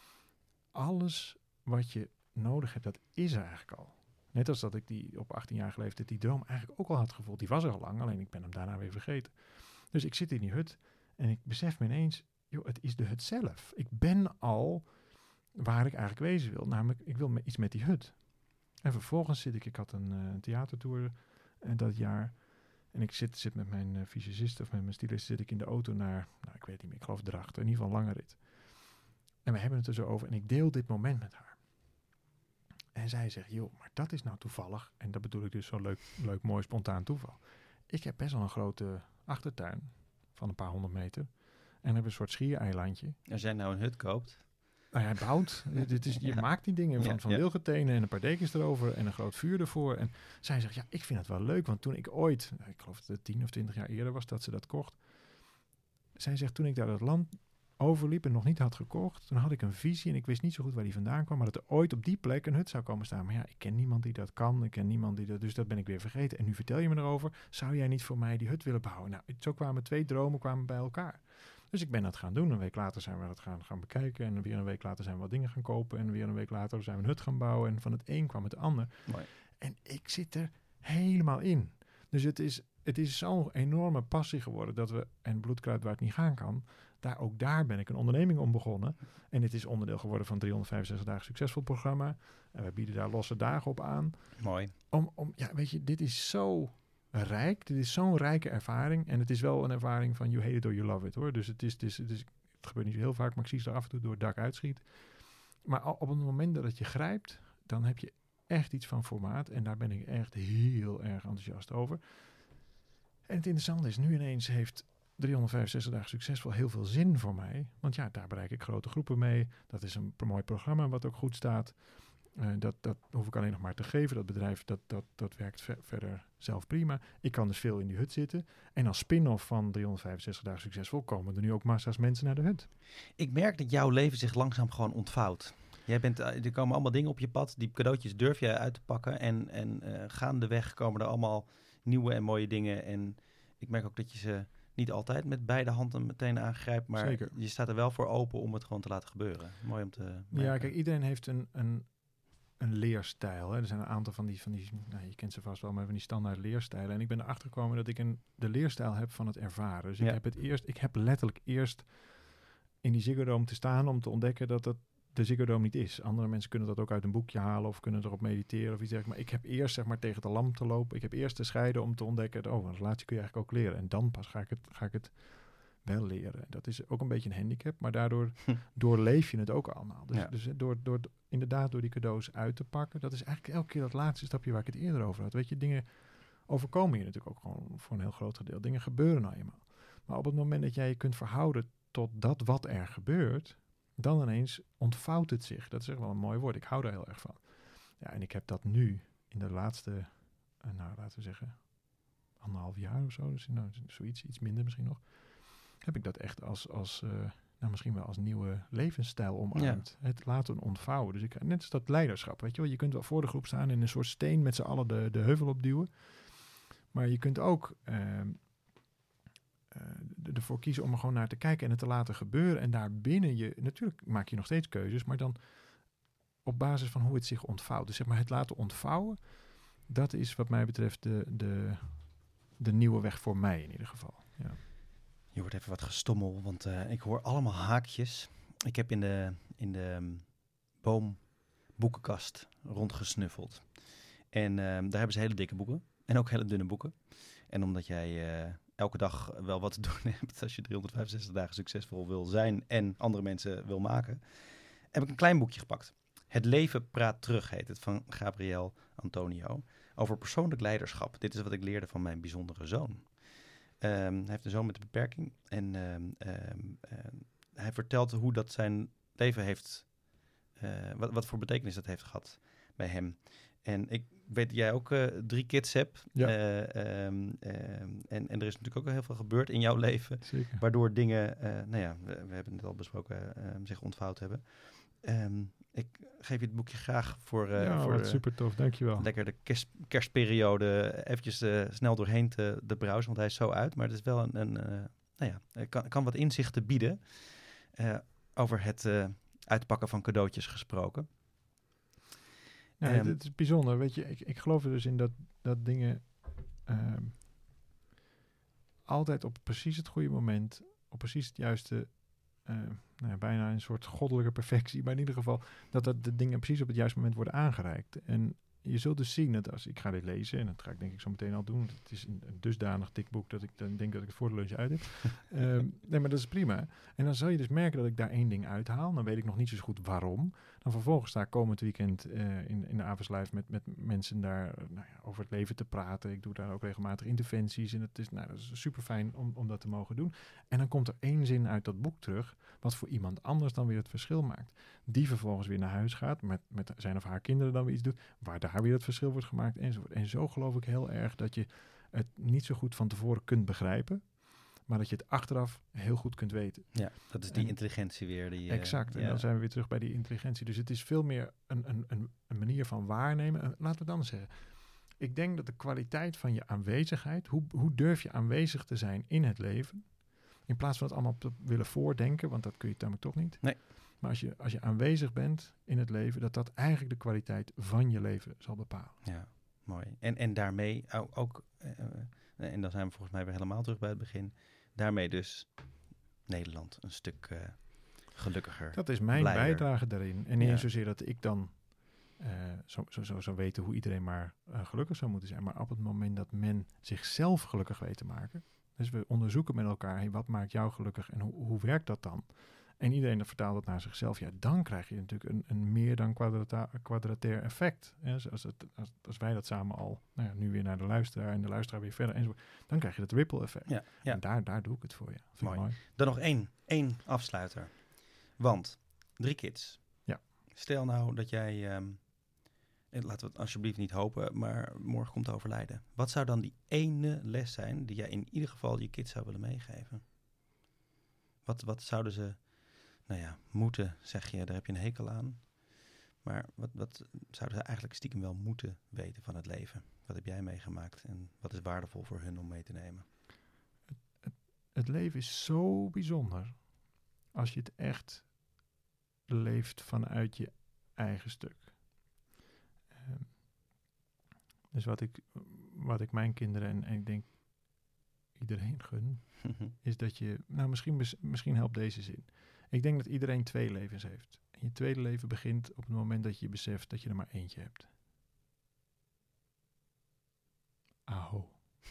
Speaker 2: Alles wat je nodig hebt, dat is er eigenlijk al. Net als dat ik die op achttien jaar leeftijd die droom eigenlijk ook al had gevoeld. Die was er al lang, alleen ik ben hem daarna weer vergeten. Dus ik zit in die hut en ik besef me ineens... joh, het is de hut zelf. Ik ben al waar ik eigenlijk wezen wil. Namelijk, ik wil me iets met die hut. En vervolgens zit ik, ik had een uh, theatertour uh, dat jaar. En ik zit, zit met mijn uh, fysicist of met mijn stylist zit ik in de auto naar, nou ik weet niet meer, ik geloof Drachten. In ieder geval een lange rit. En we hebben het er zo over en ik deel dit moment met haar. En zij zegt, joh, maar dat is nou toevallig. En dat bedoel ik dus zo'n leuk, leuk, mooi, spontaan toeval. Ik heb best wel een grote achtertuin van een paar honderd meter. En heb een soort schiereilandje.
Speaker 1: Als jij nou een hut koopt...
Speaker 2: Nou, hij bouwt. Dit is, je ja. maakt die dingen van, ja, van ja. wilgetenen en een paar dekens erover en een groot vuur ervoor. En zij zegt, ja, ik vind het wel leuk. Want toen ik ooit, ik geloof dat het tien of twintig jaar eerder was dat ze dat kocht. Zij zegt, toen ik daar het land overliep en nog niet had gekocht, toen had ik een visie en ik wist niet zo goed waar die vandaan kwam. Maar dat er ooit op die plek een hut zou komen staan. Maar ja, ik ken niemand die dat kan. Ik ken niemand die dat, dus dat ben ik weer vergeten. En nu vertel je me erover. Zou jij niet voor mij die hut willen bouwen? Nou, zo kwamen twee dromen kwamen bij elkaar. Dus ik ben dat gaan doen. Een week later zijn we dat gaan, gaan bekijken. En weer een week later zijn we wat dingen gaan kopen. En weer een week later zijn we een hut gaan bouwen. En van het een kwam het ander.
Speaker 1: Mooi.
Speaker 2: En ik zit er helemaal in. Dus het is, het is zo'n enorme passie geworden dat we, en bloedkruid waar het niet gaan kan, daar, ook daar ben ik een onderneming om begonnen. En het is onderdeel geworden van driehonderdvijfenzestig dagen succesvol programma. En we bieden daar losse dagen op aan.
Speaker 1: Mooi.
Speaker 2: Om, om, ja, weet je, dit is zo rijk. Dit is zo'n rijke ervaring. En het is wel een ervaring van you hate it or you love it, hoor. Dus het is, het is, het is, het gebeurt niet zo heel vaak, maar ik zie ze er af en toe door het dak uitschiet. Maar op het moment dat het je grijpt, dan heb je echt iets van formaat. En daar ben ik echt heel erg enthousiast over. En het interessante is, nu ineens heeft driehonderdvijfenzestig dagen succesvol heel veel zin voor mij. Want ja, daar bereik ik grote groepen mee. Dat is een mooi programma wat ook goed staat. Uh, dat, dat hoef ik alleen nog maar te geven. Dat bedrijf, dat, dat, dat werkt ver, verder zelf prima. Ik kan dus veel in die hut zitten. En als spin-off van driehonderdvijfenzestig dagen succesvol komen er nu ook massa's mensen naar de hut.
Speaker 1: Ik merk dat jouw leven zich langzaam gewoon ontvouwt. Jij bent, er komen allemaal dingen op je pad. Die cadeautjes durf jij uit te pakken. En, en uh, gaandeweg komen er allemaal nieuwe en mooie dingen. En ik merk ook dat je ze niet altijd met beide handen meteen aangrijpt. Maar Zeker. Je staat er wel voor open om het gewoon te laten gebeuren. Mooi om te merken.
Speaker 2: Ja, kijk, iedereen heeft een, een, een leerstijl. Hè. Er zijn een aantal van die, van die nou, je kent ze vast wel, maar van die standaard leerstijlen. En ik ben erachter gekomen dat ik een, de leerstijl heb van het ervaren. Dus ik ja. heb het eerst, ik heb letterlijk eerst in die Ziggo Dome te staan om te ontdekken dat dat de Ziggo Dome niet is. Andere mensen kunnen dat ook uit een boekje halen of kunnen erop mediteren of iets dergelijks. Maar ik heb eerst zeg maar tegen de lamp te lopen. Ik heb eerst te scheiden om te ontdekken, oh, een relatie kun je eigenlijk ook leren. En dan pas ga ik het, ga ik het wel leren. Dat is ook een beetje een handicap, maar daardoor hm. doorleef je het ook allemaal. Dus, ja. dus door, door inderdaad door die cadeaus uit te pakken, dat is eigenlijk elke keer dat laatste stapje waar ik het eerder over had. Weet je, dingen overkomen je natuurlijk ook gewoon voor een heel groot gedeelte. Dingen gebeuren nou eenmaal. Maar op het moment dat jij je kunt verhouden tot dat wat er gebeurt, dan ineens ontvouwt het zich. Dat is echt wel een mooi woord. Ik hou daar heel erg van. Ja, en ik heb dat nu in de laatste, uh, nou laten we zeggen, anderhalf jaar of zo. Dus nou, zoiets, iets minder misschien nog. Heb ik dat echt als, als uh, nou misschien wel als nieuwe levensstijl omarmd. Ja. Het laten ontvouwen. Dus ik, net als dat leiderschap, weet je wel. Je kunt wel voor de groep staan en een soort steen met z'n allen de, de heuvel opduwen. Maar je kunt ook Uh, Uh, ervoor kiezen om er gewoon naar te kijken en het te laten gebeuren. En daarbinnen je, natuurlijk maak je nog steeds keuzes, maar dan op basis van hoe het zich ontvouwt. Dus zeg maar het laten ontvouwen, dat is wat mij betreft de, de, de nieuwe weg voor mij in ieder geval. Ja.
Speaker 1: Je wordt even wat gestommel, want uh, ik hoor allemaal haakjes. Ik heb in de, in de um, boomboekenkast rondgesnuffeld. En uh, daar hebben ze hele dikke boeken en ook hele dunne boeken. En omdat jij Uh, elke dag wel wat te doen hebt als je driehonderdvijfenzestig dagen succesvol wil zijn en andere mensen wil maken, heb ik een klein boekje gepakt. Het leven praat terug heet het, van Gabriel Antonio, over persoonlijk leiderschap. Dit is wat ik leerde van mijn bijzondere zoon. Um, hij heeft een zoon met een beperking en um, um, um, hij vertelt hoe dat zijn leven heeft, uh, wat, wat voor betekenis dat heeft gehad bij hem. En ik weet dat jij ook uh, drie kids hebt.
Speaker 2: Ja.
Speaker 1: Uh, um, um, en, en er is natuurlijk ook heel veel gebeurd in jouw leven.
Speaker 2: Zeker.
Speaker 1: Waardoor dingen, uh, nou ja, we, we hebben het al besproken, uh, zich ontvouwd hebben. Um, ik geef je het boekje graag voor, uh,
Speaker 2: ja,
Speaker 1: voor
Speaker 2: wat super tof, dankjewel.
Speaker 1: Lekker de kerst, kerstperiode eventjes uh, snel doorheen te de browsen, want hij is zo uit. Maar het is wel een, een uh, nou ja, kan, kan wat inzichten bieden uh, over het uh, uitpakken van cadeautjes gesproken.
Speaker 2: Ja, um, het, het is bijzonder, weet je, ik, ik geloof er dus in dat, dat dingen um, altijd op precies het goede moment, op precies het juiste uh, nou ja, bijna een soort goddelijke perfectie. Maar in ieder geval dat, dat de dingen precies op het juiste moment worden aangereikt. En je zult dus zien dat als ik ga dit lezen, en dat ga ik denk ik zo meteen al doen. Het is een, een dusdanig dik boek dat ik dan denk dat ik het voor de lunch uit heb. um, nee, maar dat is prima. En dan zal je dus merken dat ik daar één ding uithaal. Dan weet ik nog niet zo goed waarom. Dan vervolgens sta ik komend weekend uh, in, in de Avers Live met, met mensen daar uh, nou ja, over het leven te praten. Ik doe daar ook regelmatig interventies. En het is, nou, dat is super fijn om, om dat te mogen doen. En dan komt er één zin uit dat boek terug, wat voor iemand anders dan weer het verschil maakt. Die vervolgens weer naar huis gaat, met, met zijn of haar kinderen dan weer iets doet, waar daar weer het verschil wordt gemaakt, enzovoort. En zo geloof ik heel erg dat je het niet zo goed van tevoren kunt begrijpen, maar dat je het achteraf heel goed kunt weten.
Speaker 1: Ja, dat is die
Speaker 2: en,
Speaker 1: intelligentie weer. Die,
Speaker 2: exact, uh, en ja. dan zijn we weer terug bij die intelligentie. Dus het is veel meer een, een, een, een manier van waarnemen. Uh, laten we het anders zeggen. Ik denk dat de kwaliteit van je aanwezigheid, hoe, hoe durf je aanwezig te zijn in het leven, in plaats van het allemaal te willen voordenken, want dat kun je namelijk toch niet.
Speaker 1: Nee.
Speaker 2: Maar als je, als je aanwezig bent in het leven, dat dat eigenlijk de kwaliteit van je leven zal bepalen.
Speaker 1: Ja, mooi. En, en daarmee ook, ook uh, en dan zijn we volgens mij weer helemaal terug bij het begin, daarmee dus Nederland een stuk uh, gelukkiger.
Speaker 2: Dat is mijn
Speaker 1: blijder.
Speaker 2: bijdrage daarin. En niet
Speaker 1: ja.
Speaker 2: zozeer dat ik dan uh, zo, zo, zo zou weten hoe iedereen maar uh, gelukkig zou moeten zijn. Maar op het moment dat men zichzelf gelukkig weet te maken. Dus we onderzoeken met elkaar, hey, wat maakt jou gelukkig en hoe, hoe werkt dat dan? En iedereen dat vertaalt het naar zichzelf. Ja, dan krijg je natuurlijk een, een meer dan kwadrata- kwadratair effect. Ja, dus als, het, als, als wij dat samen al, nou ja, nu weer naar de luisteraar en de luisteraar weer verder enzovoort, dan krijg je het ripple effect.
Speaker 1: Ja, ja.
Speaker 2: En daar, daar doe ik het voor je. Vind
Speaker 1: mooi.
Speaker 2: mooi.
Speaker 1: Dan nog één, één afsluiter. Want, drie kids.
Speaker 2: Ja.
Speaker 1: Stel nou dat jij, um, laten we het alsjeblieft niet hopen, maar morgen komt te overlijden. Wat zou dan die ene les zijn die jij in ieder geval je kids zou willen meegeven? Wat, wat zouden ze, nou ja, moeten, zeg je, daar heb je een hekel aan. Maar wat, wat zouden ze eigenlijk stiekem wel moeten weten van het leven? Wat heb jij meegemaakt en wat is waardevol voor hun om mee te nemen?
Speaker 2: Het, het, het leven is zo bijzonder als je het echt leeft vanuit je eigen stuk. Um, dus wat ik, wat ik mijn kinderen en, en ik denk iedereen gun, is dat je, nou misschien, misschien helpt deze zin. Ik denk dat iedereen twee levens heeft. En je tweede leven begint op het moment dat je beseft dat je er maar eentje hebt. Aho.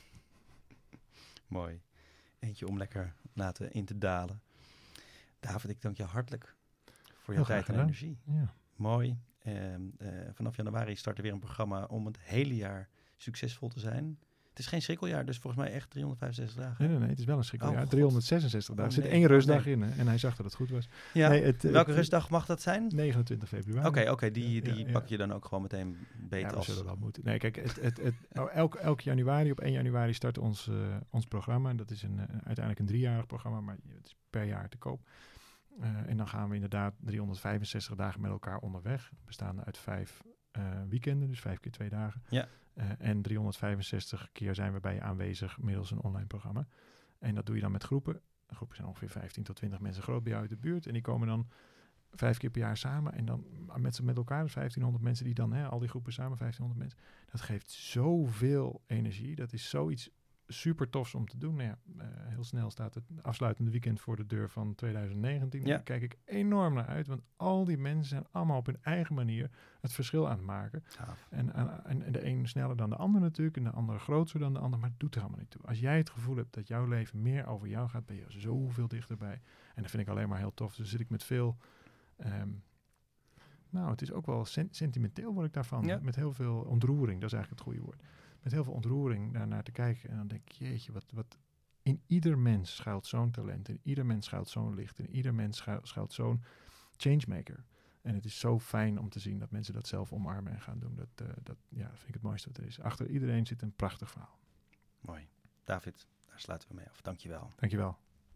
Speaker 1: Mooi. Eentje om lekker laten in te dalen. David, ik dank je hartelijk voor jouw tijd en energie.
Speaker 2: Ja.
Speaker 1: Mooi. Uh, uh, vanaf januari start er weer een programma om het hele jaar succesvol te zijn. Het is geen schrikkeljaar, dus volgens mij echt driehonderdvijfenzestig dagen.
Speaker 2: Nee, nee, nee, het is wel een schrikkeljaar.
Speaker 1: Oh,
Speaker 2: driehonderdzesenzestig dagen. Er
Speaker 1: oh,
Speaker 2: zit
Speaker 1: nee.
Speaker 2: één rustdag
Speaker 1: oh, nee.
Speaker 2: in hè? En hij zag dat het goed was.
Speaker 1: Ja.
Speaker 2: Nee, het,
Speaker 1: Welke
Speaker 2: het,
Speaker 1: rustdag mag dat zijn?
Speaker 2: negenentwintig februari.
Speaker 1: Oké, okay, okay, die,
Speaker 2: ja,
Speaker 1: die
Speaker 2: ja,
Speaker 1: pak
Speaker 2: ja.
Speaker 1: je dan ook gewoon meteen beter
Speaker 2: ja, we
Speaker 1: als...
Speaker 2: zullen wel moeten. Nee, kijk, het, het, het, oh, elk, elk januari, op één januari start ons, uh, ons programma. Dat is een, uh, uiteindelijk een driejarig programma, maar het is per jaar te koop. Uh, en dan gaan we inderdaad driehonderdvijfenzestig dagen met elkaar onderweg. Bestaande uit vijf uh, weekenden, dus vijf keer twee dagen.
Speaker 1: Ja.
Speaker 2: Uh, en driehonderdvijfenzestig keer zijn we bij je aanwezig middels een online programma. En dat doe je dan met groepen. De groepen zijn ongeveer vijftien tot twintig mensen groot bij jou uit de buurt. En die komen dan vijf keer per jaar samen. En dan met, met elkaar, dus vijftienhonderd mensen die dan, hè, al die groepen samen, vijftienhonderd mensen. Dat geeft zoveel energie. Dat is zoiets super tofs om te doen. Nou ja, uh, heel snel staat het afsluitende weekend voor de deur van twintig negentien.
Speaker 1: Ja.
Speaker 2: Daar kijk ik enorm naar uit. Want al die mensen zijn allemaal op hun eigen manier het verschil aan het maken.
Speaker 1: Ja.
Speaker 2: En, en, en de een sneller dan de ander natuurlijk. En de andere groter dan de ander. Maar het doet er allemaal niet toe. Als jij het gevoel hebt dat jouw leven meer over jou gaat, ben je zoveel dichterbij. En dat vind ik alleen maar heel tof. Dus zit ik met veel... Um, nou, het is ook wel sen- sentimenteel word ik daarvan.
Speaker 1: Ja.
Speaker 2: Met heel veel ontroering. Dat is eigenlijk het goede woord. Met heel veel ontroering daarnaar te kijken. En dan denk ik, jeetje, wat, wat in ieder mens schuilt zo'n talent. In ieder mens schuilt zo'n licht. In ieder mens schuilt, schuilt zo'n changemaker. En het is zo fijn om te zien dat mensen dat zelf omarmen en gaan doen. Dat, uh, dat ja, vind ik het mooiste wat er is. Achter iedereen zit een prachtig verhaal.
Speaker 1: Mooi. David, daar sluiten we mee af. Dankjewel.
Speaker 2: Dankjewel.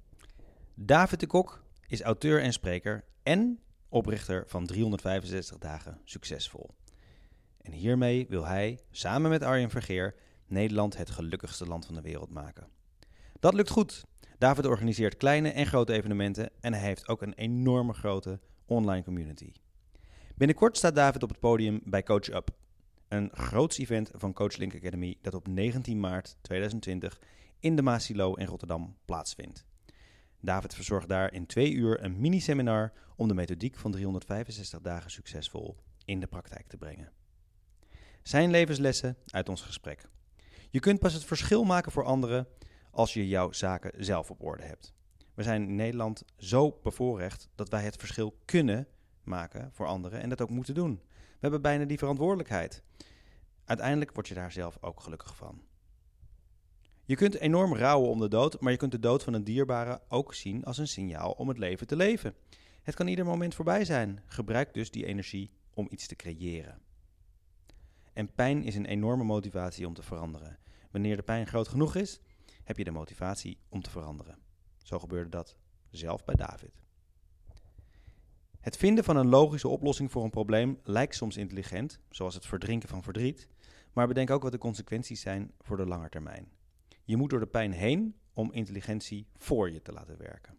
Speaker 1: David de Kok is auteur en spreker en oprichter van driehonderdvijfenzestig dagen succesvol. En hiermee wil hij, samen met Arjen Vergeer, Nederland het gelukkigste land van de wereld maken. Dat lukt goed. David organiseert kleine en grote evenementen en hij heeft ook een enorme grote online community. Binnenkort staat David op het podium bij Coach Up, een groots event van Coach Link Academy dat op negentien maart tweeduizend twintig in de Maasilo in Rotterdam plaatsvindt. David verzorgt daar in twee uur een mini-seminar om de methodiek van driehonderdvijfenzestig dagen succesvol in de praktijk te brengen. Zijn levenslessen uit ons gesprek. Je kunt pas het verschil maken voor anderen als je jouw zaken zelf op orde hebt. We zijn in Nederland zo bevoorrecht dat wij het verschil kunnen maken voor anderen en dat ook moeten doen. We hebben bijna die verantwoordelijkheid. Uiteindelijk word je daar zelf ook gelukkig van. Je kunt enorm rouwen om de dood, maar je kunt de dood van een dierbare ook zien als een signaal om het leven te leven. Het kan ieder moment voorbij zijn. Gebruik dus die energie om iets te creëren. En pijn is een enorme motivatie om te veranderen. Wanneer de pijn groot genoeg is, heb je de motivatie om te veranderen. Zo gebeurde dat zelf bij David. Het vinden van een logische oplossing voor een probleem lijkt soms intelligent, zoals het verdrinken van verdriet, maar bedenk ook wat de consequenties zijn voor de lange termijn. Je moet door de pijn heen om intelligentie voor je te laten werken.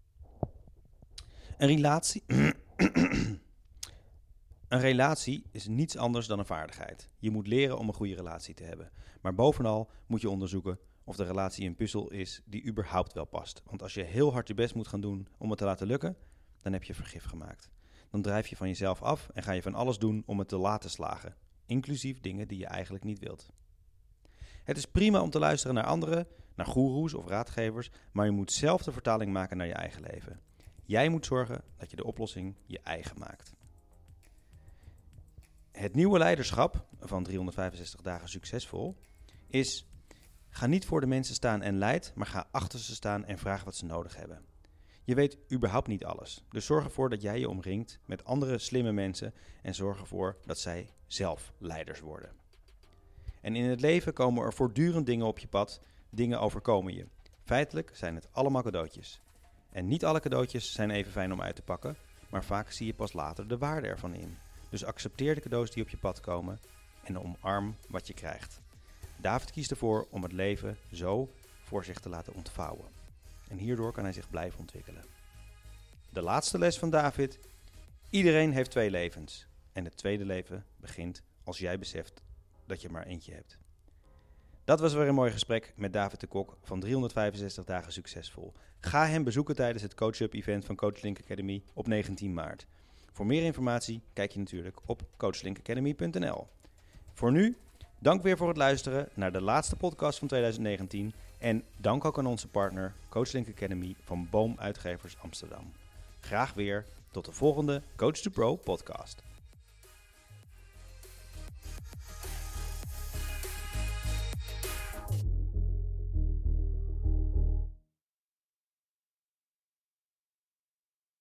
Speaker 1: Een relatie, een relatie is niets anders dan een vaardigheid. Je moet leren om een goede relatie te hebben. Maar bovenal moet je onderzoeken of de relatie een puzzel is die überhaupt wel past. Want als je heel hard je best moet gaan doen om het te laten lukken, dan heb je vergif gemaakt. Dan drijf je van jezelf af en ga je van alles doen om het te laten slagen. Inclusief dingen die je eigenlijk niet wilt. Het is prima om te luisteren naar anderen, naar goeroes of raadgevers, maar je moet zelf de vertaling maken naar je eigen leven. Jij moet zorgen dat je de oplossing je eigen maakt. Het nieuwe leiderschap van driehonderdvijfenzestig dagen succesvol is: ga niet voor de mensen staan en leid, maar ga achter ze staan en vraag wat ze nodig hebben. Je weet überhaupt niet alles, dus zorg ervoor dat jij je omringt met andere slimme mensen en zorg ervoor dat zij zelf leiders worden. En in het leven komen er voortdurend dingen op je pad, dingen overkomen je. Feitelijk zijn het allemaal cadeautjes. En niet alle cadeautjes zijn even fijn om uit te pakken, maar vaak zie je pas later de waarde ervan in. Dus accepteer de cadeaus die op je pad komen en omarm wat je krijgt. David kiest ervoor om het leven zo voor zich te laten ontvouwen. En hierdoor kan hij zich blijven ontwikkelen. De laatste les van David: iedereen heeft twee levens. En het tweede leven begint als jij beseft dat je maar eentje hebt. Dat was weer een mooi gesprek met David de Kok van driehonderdvijfenzestig dagen succesvol. Ga hem bezoeken tijdens het Coach Up event van Coachlink Academy op negentien maart. Voor meer informatie kijk je natuurlijk op coachlink academy punt n l. Voor nu, dank weer voor het luisteren naar de laatste podcast van twintig negentien. En dank ook aan onze partner Coachlink Academy van Boom Uitgevers Amsterdam. Graag weer tot de volgende Coach to Pro podcast.